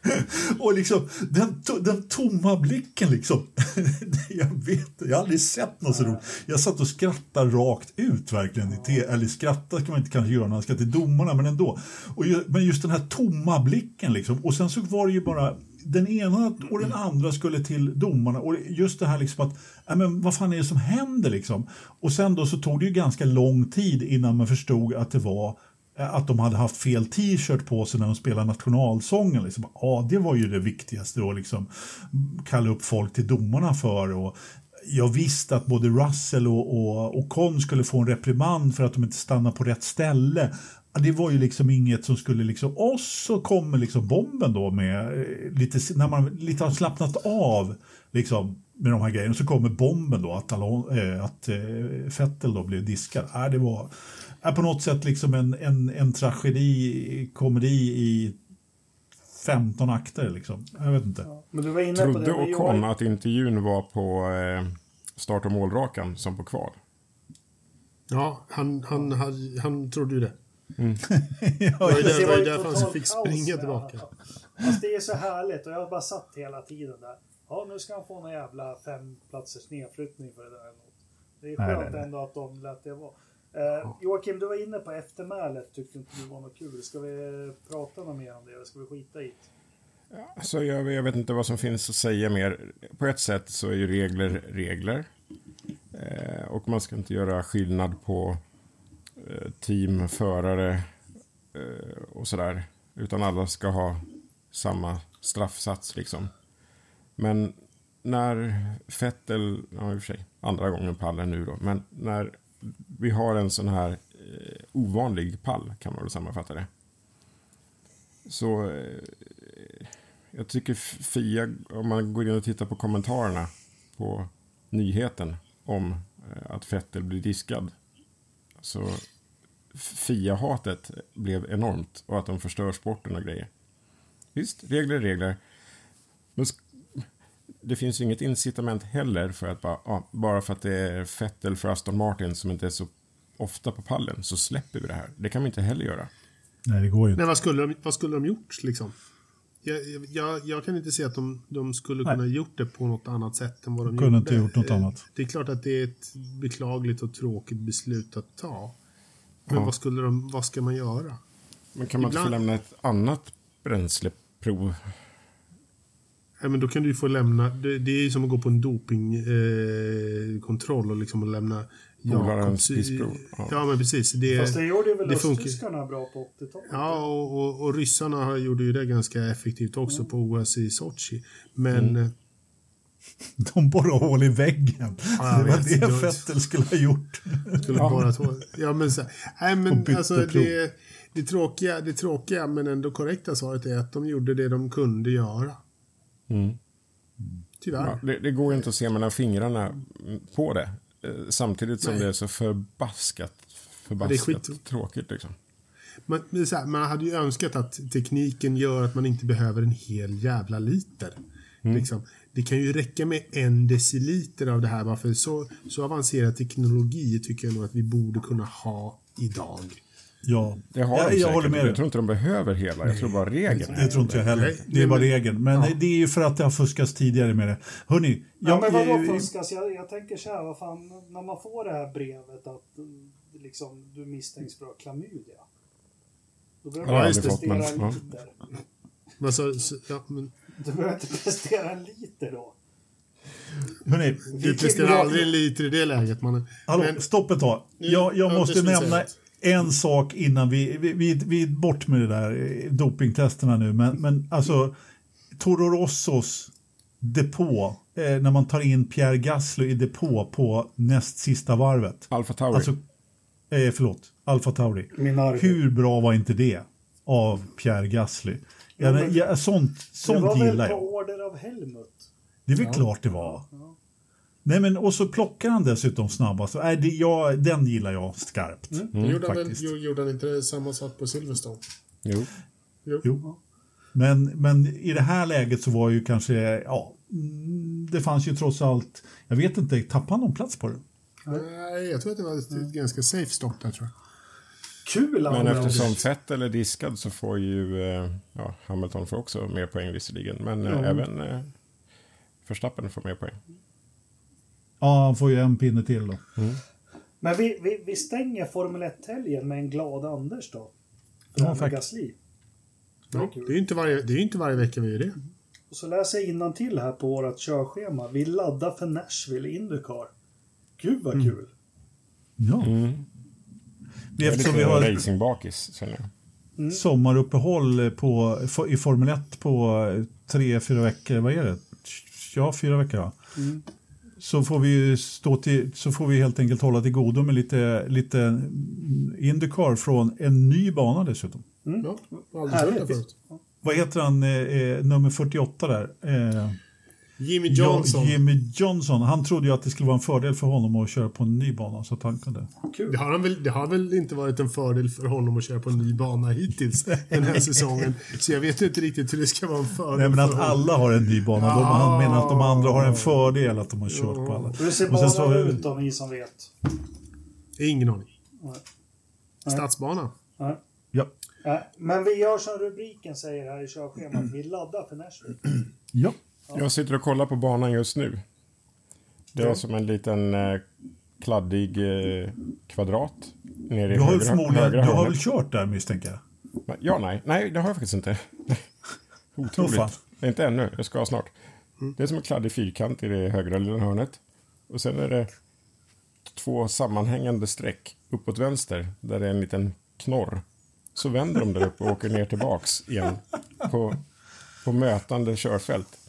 Och liksom den, to, den tomma blicken liksom. Jag vet, jag har aldrig sett något så roligt. Jag satt och skrattade rakt ut verkligen i te, eller skratta ska man inte kanske göra när man ska till domarna, men ändå. Och ju, men just den här tomma blicken liksom. Och sen så var det ju bara den ena och den andra skulle till domarna, och just det här liksom att ja, men vad fan är det som händer liksom. Och sen då så tog det ju ganska lång tid innan man förstod att det var att de hade haft fel t-shirt på sig när de spelade nationalsången liksom. Ja, det var ju det viktigaste då liksom, kalla upp folk till domarna för. Och jag visste att både Russell och, och, och Con skulle få en reprimand för att de inte stannade på rätt ställe. Det var ju liksom inget som skulle liksom, och så kommer liksom bomben då med lite, när man lite har slappnat av liksom med de här grejerna, så kommer bomben då att, äh, att äh, Vettel då blev diskad. Äh, det var är på något sätt liksom en, en, en tragedi, komedi i femton akter liksom. Jag vet inte. Ja, men du var inne Trodde på det. och kom att intervjun var på eh, start- och målrakan som på kval. Ja, han, han, han, han trodde ju det. Mm. ja, det var ju där, var ju därför han fick springa kaos, tillbaka. Alltså, det är så härligt, och jag har bara satt hela tiden där. Ja, nu ska han få en jävla fem platsers nedflyttning för det där. Det är skönt nej, nej, ändå att de lät det vara. Eh, Joakim, du var inne på eftermälet, tyckte inte det var något kul. Ska vi prata något mer om det, eller ska vi skita i det? Alltså, jag, jag vet inte vad som finns att säga mer. På ett sätt så är ju regler regler. Eh, och man ska inte göra skillnad på eh, team, förare eh, och sådär. Utan alla ska ha samma straffsats liksom. Men när Vettel, ja i och för sig, andra gången pallen nu då. Men när vi har en sån här eh, ovanlig pall, kan man väl sammanfatta det. Så eh, jag tycker F I A, om man går in och tittar på kommentarerna på nyheten om eh, att Vettel blir diskad, så F I A-hatet blev enormt, och att de förstör sporten och grejer. Visst, regler regler. Men det finns ju inget incitament heller för att bara, ja, bara för att det är Vettel för Aston Martin som inte är så ofta på pallen, så släpper vi det här. Det kan vi inte heller göra. Nej, det går ju inte. Nej, vad skulle de, vad skulle de gjort liksom? Jag, jag, jag kan inte se att de, de skulle Nej. kunna gjort det på något annat sätt än vad de, de kunde gjorde. Inte gjort något annat. Det är klart att det är ett beklagligt och tråkigt beslut att ta. Men ja. vad, skulle de, vad ska man göra? Men kan man Ibland... inte få lämna ett annat bränsleprov? Ja, men då kan du ju få lämna, det, det är ju som att gå på en dopingkontroll eh, och liksom lämna Jakobs pissprov. Ja. ja, men precis. Det, Fast det gjorde väl östtyskarna bra på åttiotalet? Ja, och, och, och ryssarna gjorde ju det ganska effektivt också mm. på O S i Sochi. Men... Mm. De borrade hål i väggen. Ja, det var vet, det Vettel skulle ha gjort. Skulle ja. bara hål. Ja, men så, nej, men alltså det, det, tråkiga, det tråkiga men ändå korrekta svaret är att de gjorde det de kunde göra. Mm. Tyvärr. Ja, det, det går inte att se mellan fingrarna på det. Samtidigt som Nej. det är så förbaskat, förbaskat ja, tråkigt liksom. Man, så här, man hade ju önskat att tekniken gör att man inte behöver en hel jävla liter. Mm. Liksom. Det kan ju räcka med en deciliter av det här. Varför så, så avancerad teknologi tycker jag nog att vi borde kunna ha idag. Ja, det har jag, de jag håller med. Jag tror inte de behöver hela. Jag tror bara regeln. Det tror inte jag heller. Det är bara regeln. Men ja. det är ju för att det har fuskats tidigare med det. Hörrni. Ja, jag, men vad var fuskas? Jag, jag tänker så här, vad fan, när man får det här brevet att liksom, du misstänks för klamydia. Då behöver ja, du inte prestera men, en ja. liter. Men så, så, ja, men... Du behöver inte prestera en liter då. Hörrni, du presterar jag... aldrig en liter i det läget. Man... Hallå, men... stopp ett tag. Jag, jag måste nämna... En sak innan vi, vi, vi, vi är bort med det där dopingtesterna nu, men, men alltså Toro Rossos depå, eh, när man tar in Pierre Gasly i depå på näst sista varvet. Alfa Tauri. Alltså, eh, förlåt, Alfa Tauri. Hur bra var inte det av Pierre Gasly? Ja, men, ja, sånt sånt gillar jag. Det var väl jag. på order av Helmut? Det är väl ja. klart det var. Ja. Nej, men och så plockar han dessutom snabbast. Äh, det, ja, den gillar jag skarpt. Mm. Mm, gjorde, han, gjorde han inte samma sak på Silverstone? Jo. Jo. jo. Men, men i det här läget så var ju kanske, ja, det fanns ju trots allt, jag vet inte, tappade han någon plats på det? Nej, jag tror att det var ett mm. ganska safe stopp där, tror jag. Kul! Men eftersom Vettel är diskad så får ju eh, ja, Hamilton får också mer poäng visserligen. Men eh, mm. även eh, Verstappen får mer poäng. Ja, han får ju en pinne till då. Mm. Men vi, vi, vi stänger Formel ett-helgen med en glad Anders då. Ja, faktiskt. Ja, det är ju inte varje, det är inte varje vecka vi gör det. Och så läser jag innantill här på vårt körschema. Vi laddar för Nashville Indycar. Gud vad kul. Mm. Ja. Mm. Det eftersom vi har racingbakis känner jag. Mm. Sommaruppehåll på, i Formel ett på tre, fyra veckor. Vad är det? Ja, fyra veckor va? Mm. Så får vi stå till, så får vi helt enkelt hålla till godo med lite, lite Indycar från en ny bana dessutom. Mm. Ja, härligt. Vad heter han, eh, nummer fyrtioåtta där? Eh, Jimmy Johnson. Ja, Jimmy Johnson. Han trodde ju att det skulle vara en fördel för honom att köra på en ny bana. Så att han kunde. Kul. Det, har han väl, det har väl inte varit en fördel för honom att köra på en ny bana hittills den här säsongen. Så jag vet inte riktigt hur det ska vara en fördel. Nej, men att för alla har en ny bana. Ja. De, han menar att de andra har en fördel att de har kört ja. på alla. Hur ser banan så, ut om ni som vet? Ingen aning. Nej. Stadsbana. Nej. Ja. Men vi gör som rubriken säger här i körschemat. Vi laddar för Nashville. Ja. Jag sitter och kollar på banan just nu. Det är ja. som en liten eh, kladdig eh, kvadrat. Nere i du har, högra, förmodligen, du har väl kört där misstänker jag? Ja, nej. Nej, det har jag faktiskt inte. Otroligt. Oh, det är inte ännu. Jag ska snart. Mm. Det är som en kladdig fyrkant i det högra lilla hörnet. Och sen är det två sammanhängande streck uppåt vänster. Där det är en liten knorr. Så vänder de där upp och åker ner tillbaks igen. På, på mötande körfält.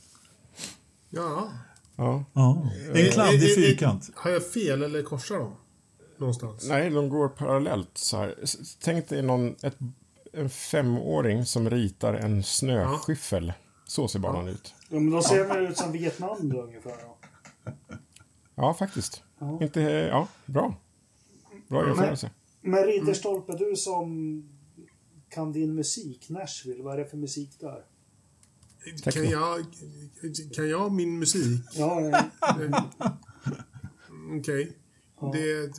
Ja. Ja. ja. En kladdig fyrkant. Har jag fel eller korsar de? Någonstans? Nej, de går parallellt så här. Tänk dig någon, ett, en femåring som ritar en snöskyffel. Ja. Så ser banan ja. ut. Ja, men de ser väl ut som Vietnam då, ungefär. Då. Ja, faktiskt. Ja. Inte, ja, bra. Bra jämförelse. Men, men Ridderstolpe, du som kan din musik, Nashville, vad är det för musik där? Kan jag, kan jag min musik? Ja, ja. Okej. Okay. Ja. Det...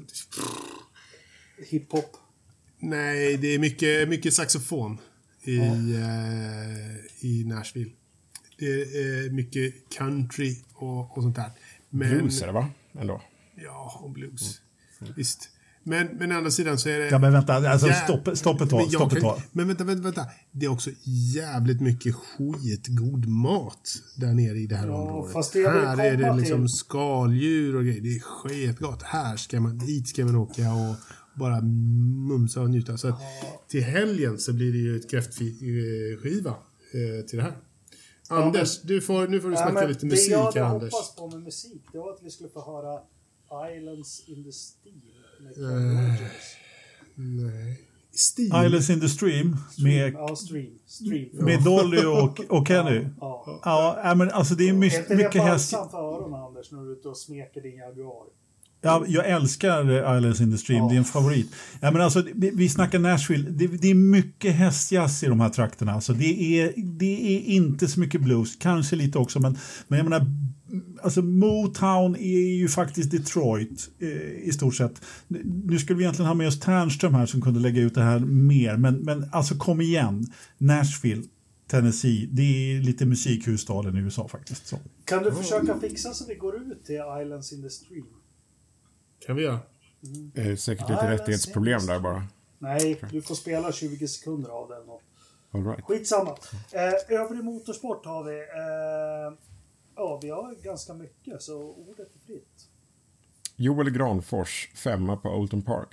Hiphop? Nej, det är mycket, mycket saxofon i, ja. uh, i Nashville. Det är mycket country och, och sånt där. Men, blues är det va? Ändå. Ja, och blues. Mm. Visst. Men, men å andra sidan så är det... Ja, men vänta. Alltså, ja, stopp, stopp ett tag. Stopp ett tag. Men vänta, vänta, vänta. Det är också jävligt mycket skitgod mat där nere i det här ja, området. Fast det här är det liksom till... skaldjur och grejer. Det är skitgott. Här ska man, dit ska man åka och bara mumsa och njuta. Så att ja. till helgen så blir det ju ett kräftskiva eh, till det här. Anders, du får, nu får du snacka ja, lite musik här, Anders. Det jag hade hoppats på med musik, det var att vi skulle få höra Islands in the Steam. Uh, nej. Steam. Islands in the Stream med, ja, stream. Stream. med Dolly och, och Kenny. Ja, ja. ja, men alltså det är my- är mycket häst. Är det för öronen, Anders, när du är ute och smeker din Jaguar? Ja, jag älskar Islands in the Stream, ja. Det är en favorit. Ja, men alltså, vi, vi snackar Nashville, det, det är mycket hästjazz i de här trakterna. Alltså, det, är, det är inte så mycket blues, kanske lite också, men, men jag menar, alltså Motown är ju faktiskt Detroit eh, i stort sett. Nu skulle vi egentligen ha med oss Tärnström här som kunde lägga ut det här mer, men, men alltså kom igen, Nashville, Tennessee, det är lite musikhusstaden i U S A faktiskt. Så. Kan du försöka fixa så vi går ut till Islands in the Stream? Kan vi göra? Mm. Det är säkert lite rättighetsproblem där bara. Nej, du får spela tjugo sekunder av den. All right. Skitsamma. Eh, övrig motorsport har vi. Eh, ja, vi har ganska mycket, så ordet är fritt. Joel Granfors, femma på Oulton Park.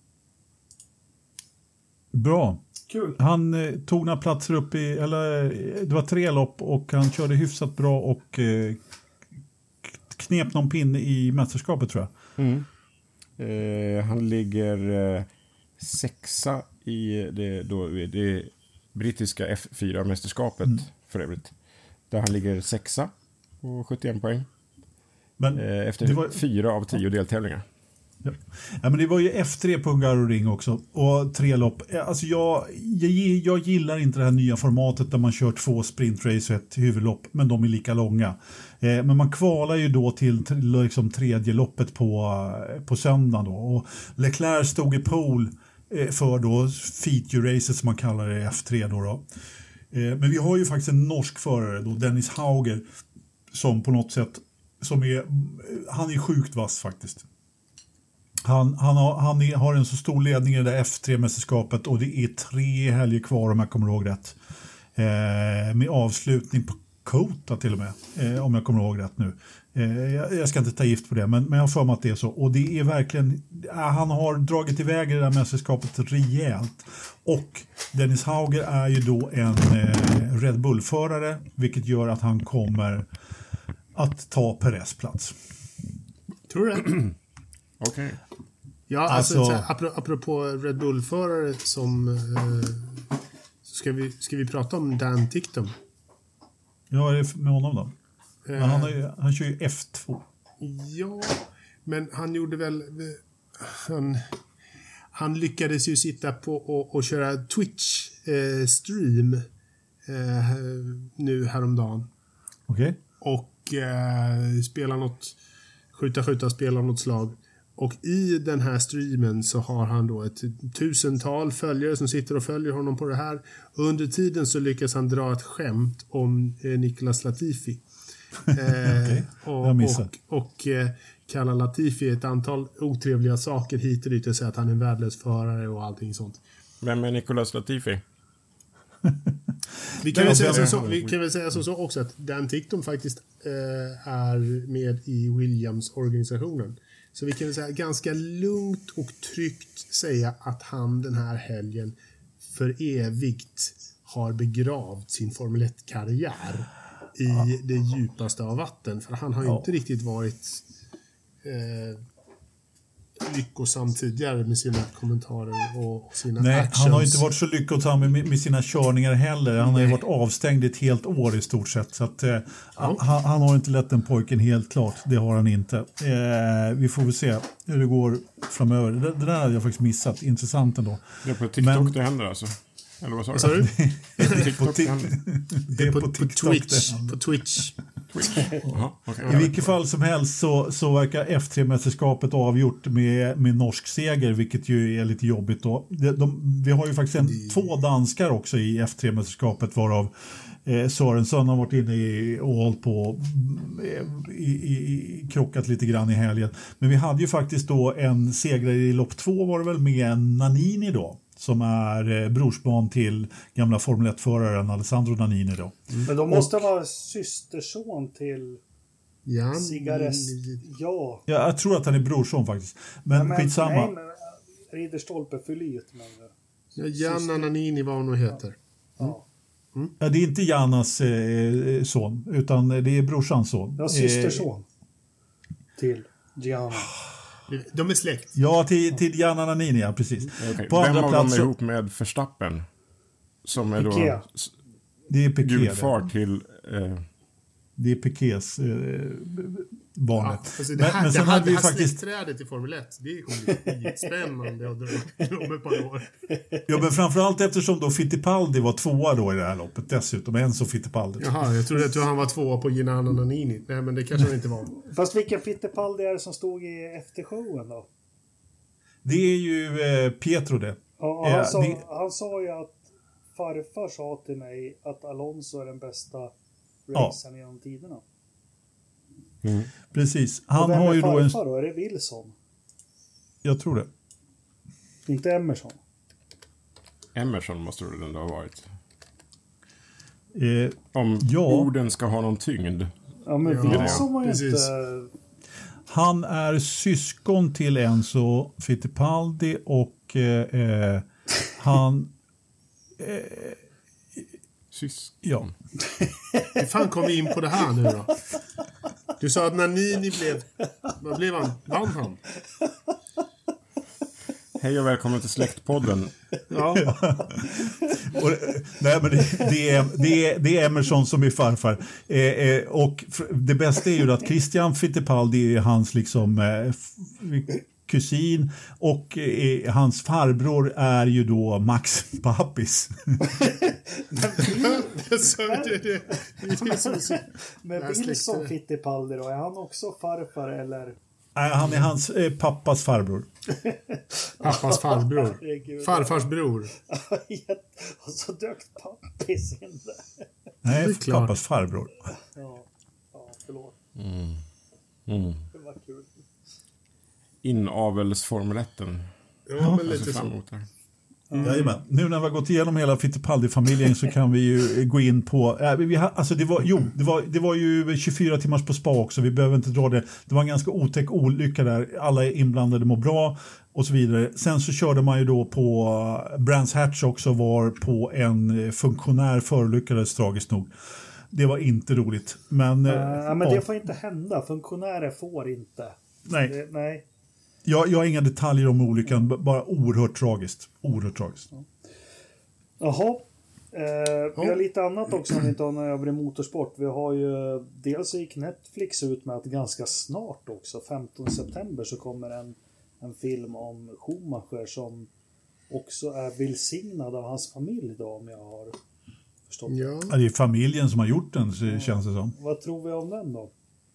Bra. Kul. Han eh, tog några platser upp i, eller det var tre lopp och han körde hyfsat bra och eh, knep någon pinne i mästerskapet tror jag. Mm. Eh, han ligger eh, sexa i det, då, det brittiska F fyra-mästerskapet mm. för övrigt. Där han ligger sexa på sjuttioen poäng. Men eh, efter var... fyra av tio deltävlingar. Ja. Ja, men det var ju F tre på Hungaroring också och tre lopp. Alltså jag, jag, jag gillar inte det här nya formatet där man kör två sprintrace och ett huvudlopp, men de är lika långa. Eh, men man kvalar ju då till liksom tredje loppet på, på söndagen då. Och Leclerc stod i pool för då feature-racet som man kallar det, F tre då. då. Men vi har ju faktiskt en norsk förare då, Dennis Hauger, som på något sätt, som är, han är sjukt vass faktiskt. Han, han, har, han är, har en så stor ledning i det där F tre-mästerskapet och det är tre helger kvar om jag kommer ihåg rätt. Eh, med avslutning på Kota till och med, eh, om jag kommer ihåg rätt nu. Eh, jag, jag ska inte ta gift på det, men, men jag har för mig att det är så. Och det är verkligen, eh, han har dragit iväg i det där mästerskapet rejält. Och Dennis Hauger är ju då en eh, Red Bull-förare, vilket gör att han kommer att ta Perez plats. Tror du det? Okej. Okay. Ja, alltså, alltså apropå, apropå Red Bull-förare som eh, ska, vi, ska vi prata om Dan Ticktum? Ja, är det med honom då? Men han, är, han kör ju F två. Ja, men han gjorde väl... Han, han lyckades ju sitta på och, och köra Twitch-stream eh, nu häromdagen. Okej. Okay. Och eh, spela något... Skjuta, skjuta, spela något slag. Och i den här streamen så har han då ett tusental följare som sitter och följer honom på det här. Under tiden så lyckas han dra ett skämt om eh, Nicolas Latifi. Eh, okay. och, och, och eh, kallar Latifi ett antal otrevliga saker hit och dit och säger att han är en värdelös förare och allting sånt. Vem är Nicolas Latifi? Vi kan, väl säga som så, vi kan väl säga som så också att Dan Ticktum faktiskt eh, är med i Williams-organisationen. Så vi kan väl säga ganska lugnt och tryggt säga att han den här helgen för evigt har begravt sin Formel ett-karriär i ja. det djupaste av vatten. För han har ju ja. inte riktigt varit eh, lyckosam tidigare med sina kommentarer och sina Nej, actions. Han har inte varit så lyckosam med, med sina körningar heller. Han Nej. har ju varit avstängd ett helt år i stort sett. Så att, eh, ja. han, han har inte lett den pojken helt klart. Det har han inte. Eh, vi får väl se hur det går framöver. Det, det där hade jag faktiskt missat. Intressant ändå. Det är på TikTok Men, det händer alltså. Eller vad sa du? Sa du? TikTok det händer. Det är på, på, på Twitch. På Twitch. Aha, okay. I vilket fall som helst så, så verkar F tre-mästerskapet avgjort med, med norsk seger, vilket ju är lite jobbigt då. De, de, vi har ju faktiskt en, två danskar också i F tre-mästerskapet, varav eh, Sörensson har varit inne i, och hållit på eh, i, i, krockat lite grann i helgen. Men vi hade ju faktiskt då en segrare i lopp två, var det väl, med Nannini då, som är eh, brorsbarn till gamla Formel ett-föraren Alessandro Nannini då. Mm. Men de måste och, vara systerson till ja, Cigares. Ja. ja. Jag tror att han är brorson faktiskt. Men, ja, men skitsamma. Nej, men Ridderstolpe förlyt. Men, ja, Gianna Nannini, vad hon nu heter. Ja. Mm. Ja, det är inte Giannas eh, son, utan det är brorsans son. Ja, systerson. Eh, till Gianna. De är släkt. Ja, till, till Gianna Nannini, ja, precis. Okay. På Vem andra av plats dem är ihop med Verstappen? Som är Piqué. då det är Piqué, gudfar till... Eh... Det är Piqués eh, barnet. Ja, alltså det här, men, men det sen här, hade det vi här faktiskt... släktträdet i Formel ett, det är skitspännande att dra om ett par år. Ja, men framförallt eftersom då Fittipaldi var tvåa då i det här loppet dessutom. Enzo Fittipaldi. Jaha, jag trodde att han var tvåa på Gianna Nannini. Nej, men det kanske han inte var. Fast vilken Fittipaldi är det som stod i eftershowen då? Det är ju eh, Pietro det. Ja, han, eh, sa, det... han sa ju att farfar sa till mig att Alonso är den bästa racern ja. genom tiderna. Mm. Precis. Han och vem har ju är då en... då? Är det Wilson? Jag tror det. Inte Emerson. Emerson måste det ändå ha varit. Eh, Om ja. orden ska ha någon tyngd. Ja, men ja, Wilson var ju inte... Han är syskon till Enzo Fittipaldi och eh, han... Eh, Syskon? Ja. Hur fan kom vi in på det här nu då? Du sa att Nannini blev... Vad blev han? Vann han? Hej och välkommen till Släktpodden. Ja. och, nej, men det, det, är, det, är, det är Emerson som är farfar. Eh, eh, och det bästa är ju att Christian Fittipaldi är hans liksom eh, f- kusin och eh, hans farbror är ju då Max Pappis. Men Wilson Fittipaldi då, är han också farfar eller? Nej, han är hans eh, pappas farbror. Pappas farbror. Farfars bror. Och så dök pappis in där. Nej, pappas farbror. Ja, ja förlåt. Mm. Mm. Det var kul. Inavelsformrätten. Ja, men lite så. Mm. Jajamän. Nu när vi har gått igenom hela Fittipaldi-familjen så kan vi ju gå in på... Äh, vi har, alltså det var, jo, det var, det var ju tjugofyra timmars på spa också. Vi behöver inte dra det. Det var en ganska otäck olycka där. Alla inblandade mår bra och så vidare. Sen så körde man ju då på Brands Hatch också, var på en funktionär förolyckades tragiskt nog. Det var inte roligt. Men, äh, ja, men det får inte hända. Funktionärer får inte. Nej. Det, nej. Jag, jag har inga detaljer om olyckan, bara oerhört tragiskt. Oerhört tragiskt. Jaha. Eh, vi har lite annat också om vi inte har någon övrig motorsport. Vi har ju, dels gick Netflix ut med att ganska snart också, femtonde september, så kommer en, en film om Schumacher som också är välsignad av hans familj då, om jag har förstått ja. det. Det är familjen som har gjort den, så känns det som. Vad tror vi om den då?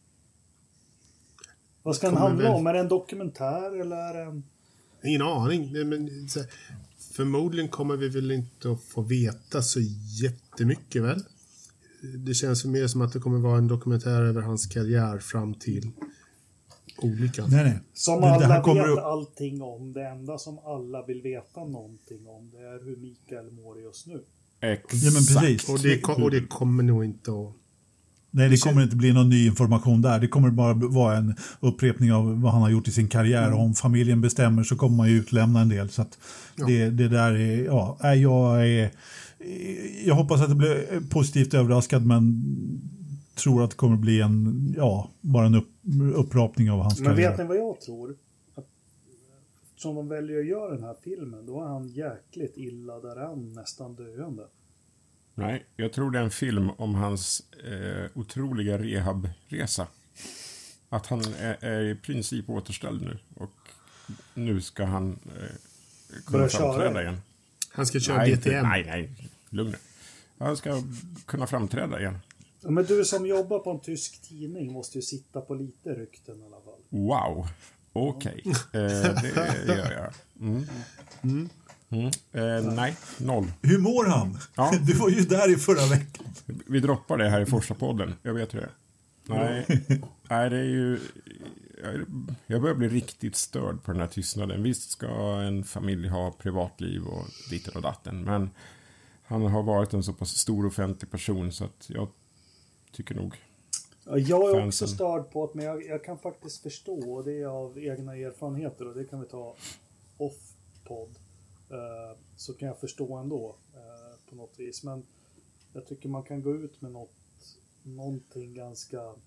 Vad ska den handla om? Är det en dokumentär eller är det en... Ingen aning. Nej, men, så, förmodligen kommer vi väl inte att få veta så jättemycket väl. Det känns för mer som att det kommer vara en dokumentär över hans karriär fram till olyckan. Nej, nej. Som det, alla det kommer vet upp... allting om. Det enda som alla vill veta någonting om, det är hur Mikael mår just nu. Exakt. Ja, men precis. Och det, och det kommer nog inte att... Nej, det kommer inte bli någon ny information där. Det kommer bara vara en upprepning av vad han har gjort i sin karriär. Mm. Och om familjen bestämmer så kommer man ju utlämna en del. Så att ja. det, det där är... Ja, jag, är, jag hoppas att det blir positivt överraskad, men tror att det kommer bli en... Ja, bara en upp, upprapning av hans men karriär. Men vet ni vad jag tror? Att, som de väljer att göra den här filmen, då är han jäkligt illa där han nästan döende. Nej, jag tror det är en film om hans eh, otroliga rehabresa. Att han är, är i princip återställd nu. Och nu ska han eh, kunna Börja framträda köra. igen. Han ska köra nej, D T M. Nej, nej, lugn. Han ska kunna framträda igen. Ja, men du som jobbar på en tysk tidning måste ju sitta på lite rykten i alla fall. Wow, okej. Okay. eh, det gör jag. Mm. Mm. Mm. Eh, nej, noll. Hur mår han? Ja. Du var ju där i förra veckan. Vi droppar det här i första podden. Jag vet hur det är. Nej, nej, det är ju... Jag börjar bli riktigt störd på den här tystnaden. Visst ska en familj ha privatliv och ditten och datten. Men han har varit en så pass stor offentlig person så att jag tycker nog... Ja, jag är fansen... också störd på det, men jag, jag kan faktiskt förstå, och det är av egna erfarenheter, och det kan vi ta off-podd. Uh, så kan jag förstå ändå uh, på något vis, men jag tycker man kan gå ut med något, någonting ganska, uh,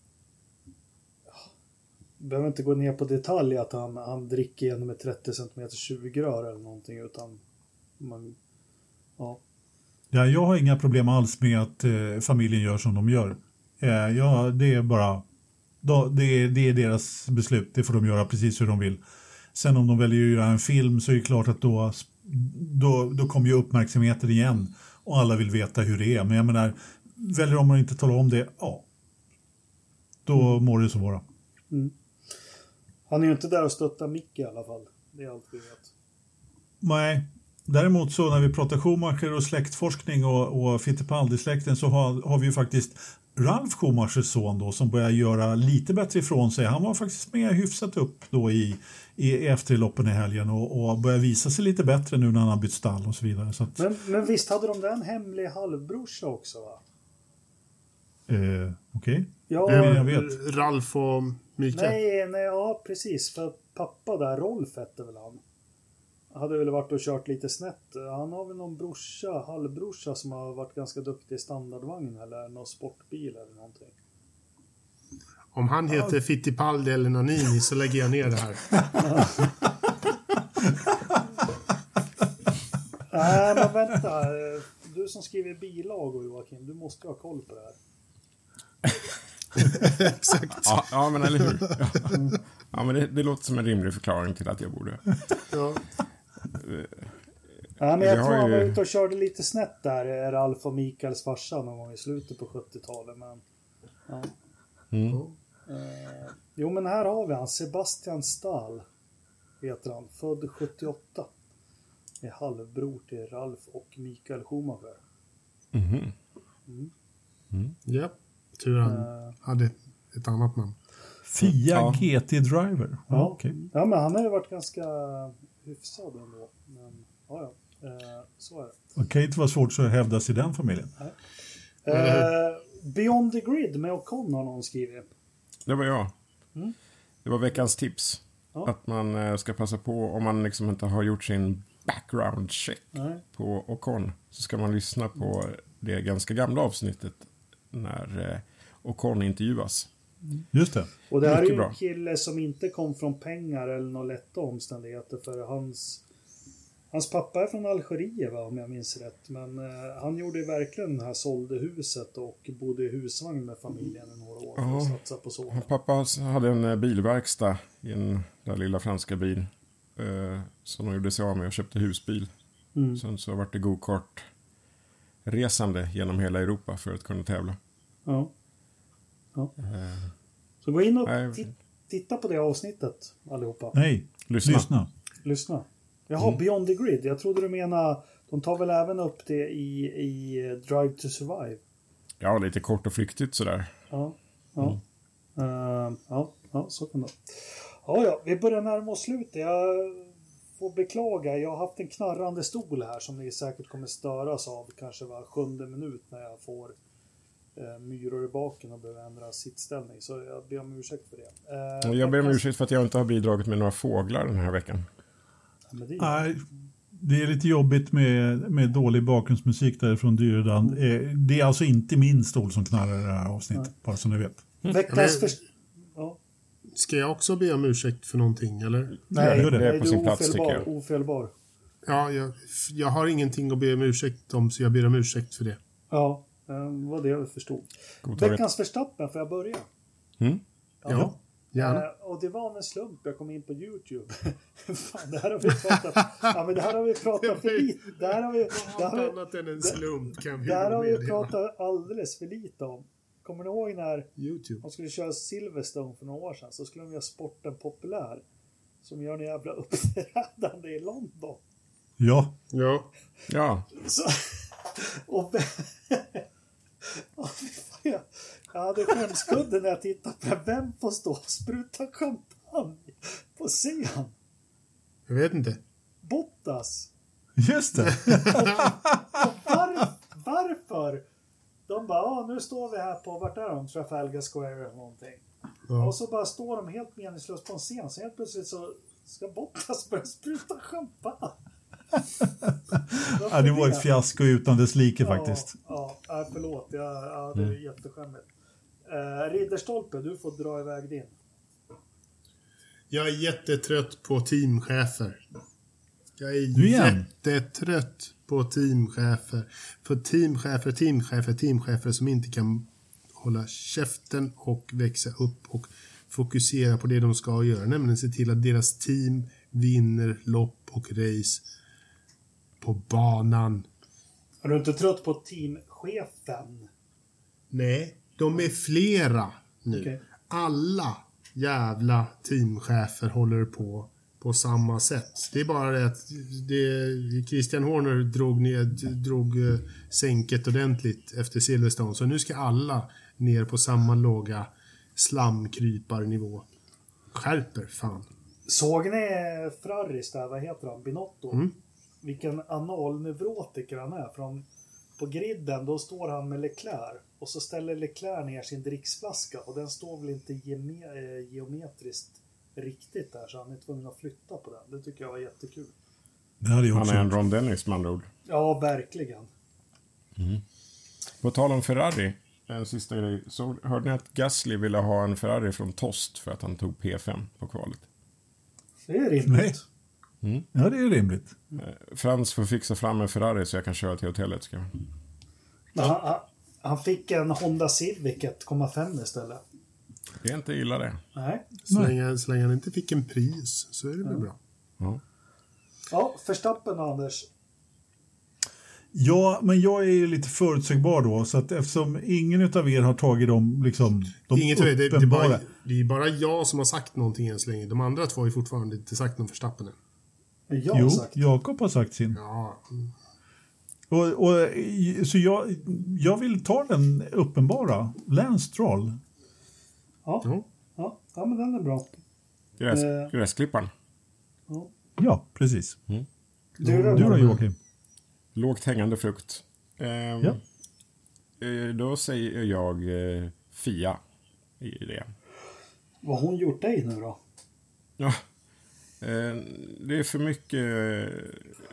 behöver inte gå ner på detalj att han, han dricker genom ett trettio centimeter sugrör eller någonting, utan man, ja. Ja, jag har inga problem alls med att uh, familjen gör som de gör. Uh, ja, det är bara då, det, är, det är deras beslut, det får de göra precis hur de vill. Sen om de väljer att göra en film så är det klart att då, då, då kommer ju uppmärksamheten igen och alla vill veta hur det är. Men jag menar, väljer de att inte tala om det, ja, då mm. må det så vara. Mm. Han är ju inte där och stöttar Micke i alla fall. Det är allt vi vet. Nej, däremot så när vi pratar Schumacher och släktforskning och, och Fittipaldi-släkten så har, har vi ju faktiskt Ralf Schumachers son då som börjar göra lite bättre ifrån sig. Han var faktiskt med hyfsat upp då i, i efterloppen i helgen och, och börjar visa sig lite bättre nu när han har bytt stall och så vidare. Så att, men, men visst hade de där en hemlig halvbrorsa också, va? Eh, Okej. Okay. Ja, jag vet. Ralf och Mikael. Nej, nej, ja precis. För pappa där, Rolf hette väl han. Hade väl varit och kört lite snett. Han har väl någon brorsa, halvbrorsa som har varit ganska duktig i standardvagn eller någon sportbil eller någonting. Om han heter ja. Fittipaldi eller Nannini så lägger jag ner det här. Nej, men vänta. Du som skriver bilagor, Joakim, du måste ha koll på det här. Exakt. Ja, ja, men eller hur? Ja, ja men det, det låter som en rimlig förklaring till att jag borde... Ja. Ja, men jag tror han var ute och körde lite snett där, Ralf och Mikaels farsa någon gång i slutet på sjuttiotalet. Men, ja. Mm. Eh, jo, men här har vi han. Sebastian Stahl heter han. Född sjuttioåtta. Är halvbror till Ralf och Mikael Schumacher. Mhm. Mm. Mm. Ja, tur han Eh, hade ett annat namn. Fia Ja. G T Driver. Ja, Ja. okej. Ja, men han har ju varit ganska hyfsad ändå. Men, ja, ja. Eh, så är det. Det kan inte vara svårt att hävda sig i den familjen. Eh, Beyond the Grid med Ocon har någon skrivit. Det var jag. Mm. Det var veckans tips. Ja. Att man eh, ska passa på, om man liksom inte har gjort sin background check Nej. på Ocon, så ska man lyssna på det ganska gamla avsnittet när eh, Ocon intervjuas. Just det. Och det här är Mycket ju bra. en kille som inte kom från pengar eller några lätta omständigheter, för hans hans pappa är från Algeriet, va, om jag minns rätt, men eh, han gjorde verkligen det här, sålde huset och bodde i husvagn med familjen i några år för att Ja. satsa på så. Hans pappa hade en eh, bilverkstad i den där lilla franska bil eh, som de gjorde sig av med och köpte husbil. Mm. Sen så var det go-kart resande genom hela Europa för att kunna tävla. Ja. Ja. Eh, Så gå in och Nej. ti- titta på det avsnittet allihopa. Nej, lyssna. lyssna. Lyssna. Jaha, Mm. Beyond the Grid. Jag trodde du menade, de tar väl även upp det i, i Drive to Survive. Ja, lite kort och flyktigt sådär. Ja, ja. Eh, ja, ja, så kan det. Ja, ja, vi börjar närma oss slutet. Jag får beklaga, jag har haft en knarrande stol här som ni säkert kommer störas av kanske var sjunde minut när jag får eh, myror i baken och behöver ändra sittställning. Så jag ber om ursäkt för det. Eh, Jag ber om veckans- ursäkt för att jag inte har bidragit med några fåglar den här veckan. Ja, men det är- Nej, det är lite jobbigt med, med dålig bakgrundsmusik därifrån Dyredan. Eh, Det är alltså inte min stol som knarrar i det här avsnittet, Nej. bara så ni vet. Veckans Men- först... Ja. Ska jag också be om ursäkt för någonting, eller? Nej, gör det. Det är nej, på du sin är plats, ofelbar, tycker jag. ofelbar. Ja, jag, jag har ingenting att be om ursäkt om, så jag ber om ursäkt för det. Ja, eh, vad det jag förstod. Godtaget. Veckans Verstappen, får jag börja? Mm? Ja, gärna. Eh, och det var av en slump jag kom in på YouTube. Fan, det här har vi pratat, ja, men det här har vi pratat för lite. Det här har vi, det här har vi, annat än en slump kan vi det här har vi meddela. pratat alldeles för lite om. Kommer ni ihåg när YouTube. de skulle köra Silverstone för några år sedan, så skulle de göra sporten populär. Som gör en jävla uppträdande i London. Ja, Ja. Ja, Så, och och fy fan, jag, jag hade skämskudde när jag tittade på det. Vem får stå och spruta champagne på scen? Jag vet inte. Bottas. just det. Var, varför? De bara, ah, nu står vi här på, vart är de? Trafalgar Square eller någonting. Ja. Och så bara står de helt meningslöst på en scen. Så helt plötsligt så ska Bottas börja spruta champagne. Ja, det var ett fiasko utan dess like faktiskt. Ja, ja, förlåt. Ja, ja, det är Mm. jätteskämmigt. Eh, Ridderstolpe, du får dra iväg din. Jag är jättetrött på teamchefer. Jag är Du igen? jättetrött på teamchefer. För teamchefer, teamchefer, teamchefer som inte kan hålla käften och växa upp och fokusera på det de ska göra. Nämligen se till att deras team vinner lopp och race på banan. Är du inte trött på teamchefen? Nej, de är flera nu. Okej. Alla jävla teamchefer håller på på samma sätt. Det är bara det att det, Christian Horner drog, ner, drog eh, sänket ordentligt efter Silverstone. Så nu ska alla ner på samma låga slamkryparnivå. Skärper fan. Såg ni Ferraris där, vad heter han? Binotto? Mm. Vilken analneurotiker han är. Från, på griden, då står han med Leclerc. Och så ställer Leclerc ner sin dricksflaska. Och den står väl inte geme, eh, geometriskt riktigt där. Så han är tvungen att flytta på den. Det tycker jag var jättekul. Det hade jag han också är en gjort. Ron Dennis med andra ord. Ja, verkligen. På tal om Ferrari, en sista grej. Så hörde ni att Gasly ville ha en Ferrari från Tost för att han tog P fem på kvalet. Det är rimligt. Nej. Ja, det är rimligt. Eh, Frans får fixa fram en Ferrari så jag kan köra till hotellet. Ska jag. Men han, han, han fick en Honda Civic ett komma fem istället. Det är inte illa det. Nej. Så Nej. länge, så länge han inte fick en pris så är det väl bra. Ja. Ja, Verstappen och Anders. Ja, men jag är ju lite förutsägbar då, så att eftersom ingen av er har tagit dem, liksom, de Inget det, det, är uppenbara... bara, det är bara jag som har sagt någonting än så länge. De andra två har ju fortfarande inte sagt någon Verstappen än. Jag har Jo, sagt. Jakob har sagt sin. Ja. Mm. Och, och, så jag, jag vill ta den uppenbara. Lance Stroll. Ja. Ja. Ja. ja, men den är bra. Gräs, Eh. Gräsklipparen. Ja. Ja, precis. Mm. Du, är Du då, Joakim? Lågt hängande frukt. Ehm, Ja. eh, Då säger jag eh, Fia i det. Vad har hon gjort dig nu då? Ja. Eh, det är för mycket eh,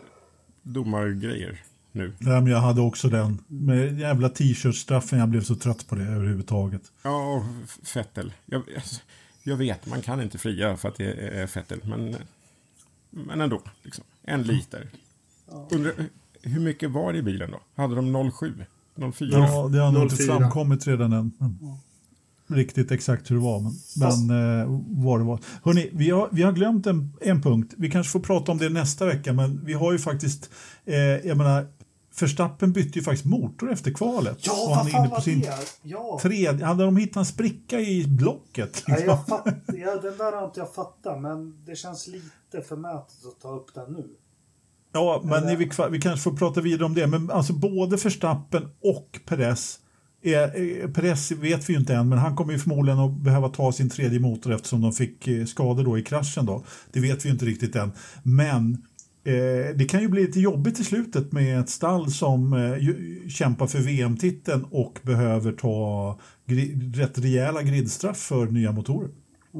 domargrejer nu. Ja, men jag hade också den. Med jävla t-shirt-straffen, jag blev så trött på det överhuvudtaget. Ja, och Fettel. Jag, jag vet, man kan inte fria för att det är Fettel. Men, men ändå, liksom. En liter. Ja. Undrar, hur mycket var det i bilen då? Hade de noll komma sju? noll komma fyra? Ja, det har nog inte noll fyra. framkommit redan än. Men, riktigt exakt hur det var, men, men eh, vad det var. Hörrni, vi har, vi har glömt en, en punkt. Vi kanske får prata om det nästa vecka, men vi har ju faktiskt, eh, jag menar, Verstappen bytte ju faktiskt motor efter kvalet. Ja, Och vad han är fan inne på var sin det? Ja. tredje. Hade de hittat en spricka i blocket? Ja, jag fatt, ja, den där har inte jag fattat, men det känns lite förmätet att ta upp den nu. Ja, men Eller- vi, vi kanske får prata vidare om det. Men alltså både Verstappen och Perez, är, är, Perez vet vi ju inte än, men han kommer ju förmodligen att behöva ta sin tredje motor eftersom de fick eh, skador då i kraschen då. Det vet vi ju inte riktigt än. Men eh, det kan ju bli lite jobbigt i slutet med ett stall som eh, ju, kämpar för V M-titeln och behöver ta gri, rätt rejäla gridstraff för nya motorer.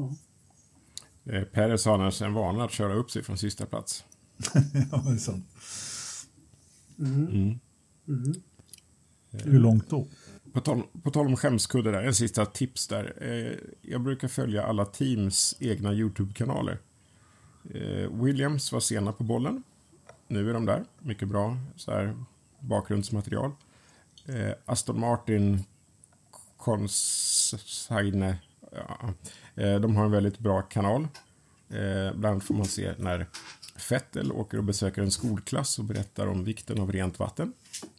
Eh, Perez har annars en vana att köra upp sig från sista plats. Ja, det är sant. Mm. Mm. Mm. Hur långt då? På tal, på tal om skämskudde där, en sista tips där. Eh, jag brukar följa alla teams egna YouTube-kanaler. Eh, Williams var sena på bollen. Nu är de där. Mycket bra så här, bakgrundsmaterial. Eh, Aston Martin Consigne. Ja, eh, de har en väldigt bra kanal. Eh, bland annat får man se när Vettel åker och besöker en skolklass och berättar om vikten av rent vatten.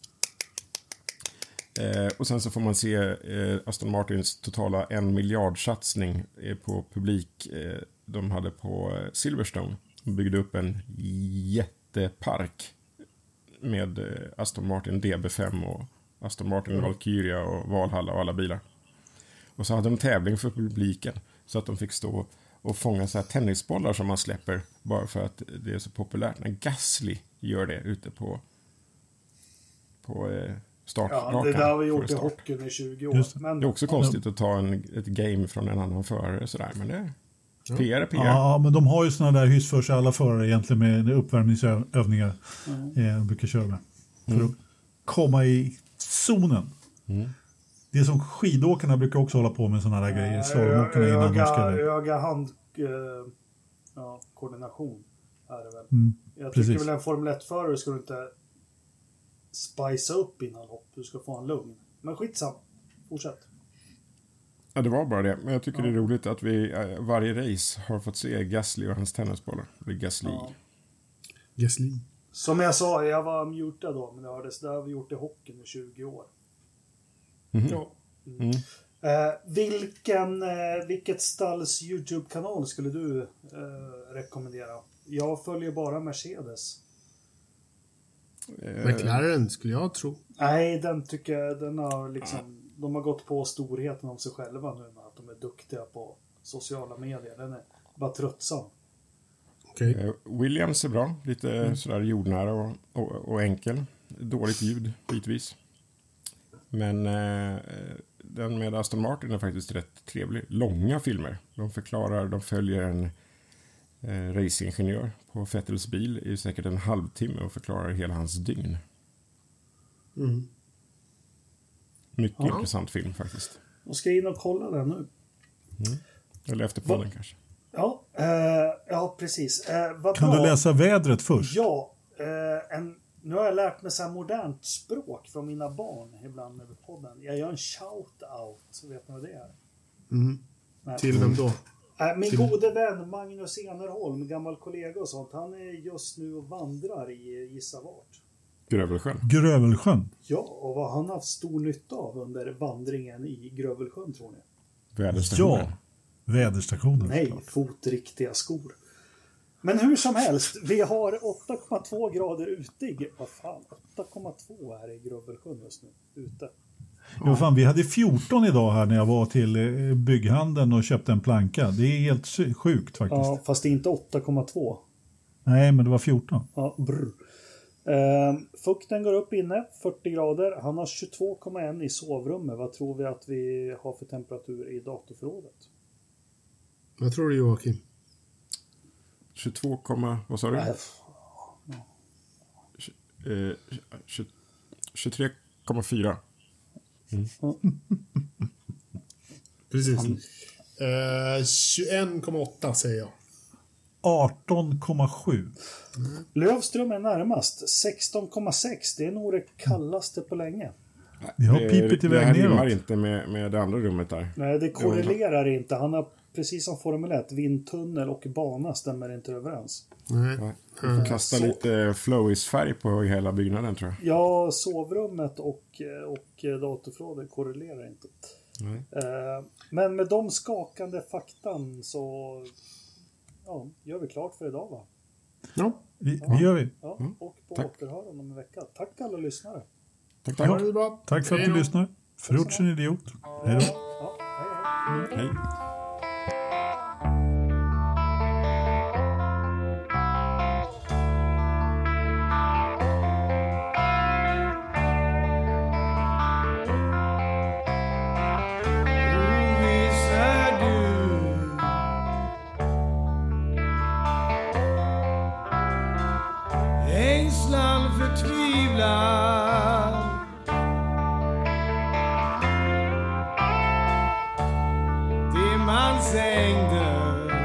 Eh, och sen så får man se eh, Aston Martins totala en miljardsatsning eh, på publik eh, de hade på eh, Silverstone. De byggde upp en jättepark med eh, Aston Martin D B fem och Aston Martin mm. Valkyria och Valhalla och alla bilar. Och så hade de tävling för publiken så att de fick stå och fånga så här tennisbollar som man släpper bara för att det är så populärt. När Gasly gör det ute på på eh, startrakan. Ja, det där har vi gjort i start. hockeyn i tjugo år. Just det. Men, Det är också konstigt att ta en, ett game från en annan förare sådär, men det Ja. P R är P R. Ja, men de har ju såna där hyss för sig alla förare egentligen med uppvärmningsövningar Mm. eh, de brukar köra med. För Mm. att komma i zonen. Mm. Det är som skidåkarna brukar också hålla på med såna där grejer. Slalomåkarna innan de öga, ska... öga hand eh, ja, koordination är det väl. Mm, Jag precis. tycker väl en Formel ett-förare ska du inte spicea upp innan lopp. Du ska få en lugn. Men skitsam. Fortsätt. Ja, det var bara det. Men jag tycker Ja. det är roligt att vi eh, varje race har fått se Gasly och hans tennisbollar. Det är Gasly. Ja. Gasly. Som jag sa, jag var mutad då, men det hördes, det har vi gjort i hockeyn i tjugo år. Mhm. Ja. Mm. Eh, vilken, eh, vilket stalls YouTube-kanal skulle du eh, rekommendera? Jag följer bara Mercedes. Eh, McLaren skulle jag tro. Nej, den tycker jag, den har liksom, de har gått på storheten om sig själva nu med att de är duktiga på sociala medier. Den är bara tröttsam. Okej. eh, Williams är bra. Lite Mm. sådär jordnära och, och, och enkel. Dåligt ljud, bitvis. Men eh, den med Aston Martin är faktiskt rätt trevlig. Långa filmer. De förklarar, de följer en eh, racingingenjör på Vettels bil i säkert en halvtimme och förklarar hela hans dygn. Mm. Mycket Ja. intressant film faktiskt. Jag ska in och kolla den nu. Eller efter podden kanske. Ja, eh, ja precis. Eh, vad Kan bra. du läsa vädret först? Ja, eh, en, nu har jag lärt mig så här modernt språk från mina barn ibland över podden. Jag gör en shout-out, vet ni vad det är? Mm. Nej. Till vem då? Äh, min Till- gode vän Magnus Enerholm, gammal kollega och sånt, han är just nu och vandrar i Gissa vart. Grövelsjön. Grövelsjön. Ja, och vad han haft stor nytta av under vandringen i Grövelsjön, tror ni? Väderstationen. Ja, väderstationen. Nej, såklart. fotriktiga skor. Men hur som helst, vi har åtta komma två grader ute i... Vad fan, åtta komma två här i Grövelsjön just nu, ute. Ja, fan, vi hade fjorton idag här när jag var till eh, bygghandeln och köpte en planka. Det är helt sy- sjukt faktiskt. Ja, fast det är inte åtta komma två. Nej, men det var fjorton. Ja, brr. Eh, fukten går upp inne, fyrtio grader. Han har tjugotvå komma ett i sovrummet. Vad tror vi att vi har för temperatur i datorförrådet? Vad tror du, Joakim? tjugotvå, vad sa du? Nej, Eh, tjugotre komma fyra. Precis. Eh, tjugoett komma åtta säger jag. arton komma sju. Lövström är närmast, sexton komma sex. Det är nog det kallaste på länge. Vi har Det- pipit Det iväg här rimmar neråt. inte med, med det andra rummet där. Nej, det korrelerar inte. Han har precis som Formel ett, vindtunnel och bana stämmer inte överens. Nej. Nej. Vi får kasta så- lite Flowis-färg på hela byggnaden, tror jag. Ja, sovrummet och, och datorförrådet korrelerar inte. Nej. Eh, Men med de skakande faktan så ja, gör vi klart för idag, va? Ja, Vi, vi gör vi. Ja, och på Tack. återhörande om en vecka. Tack alla lyssnare. Tack, tack. ha det bra. Tack för att Hej du då. lyssnar. Fruits en idiot. Hej då. Ja, hej, hej. Hej. Ängslan, förtvivlan, dimmans ängder,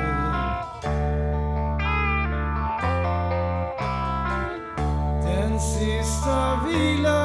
den sista vila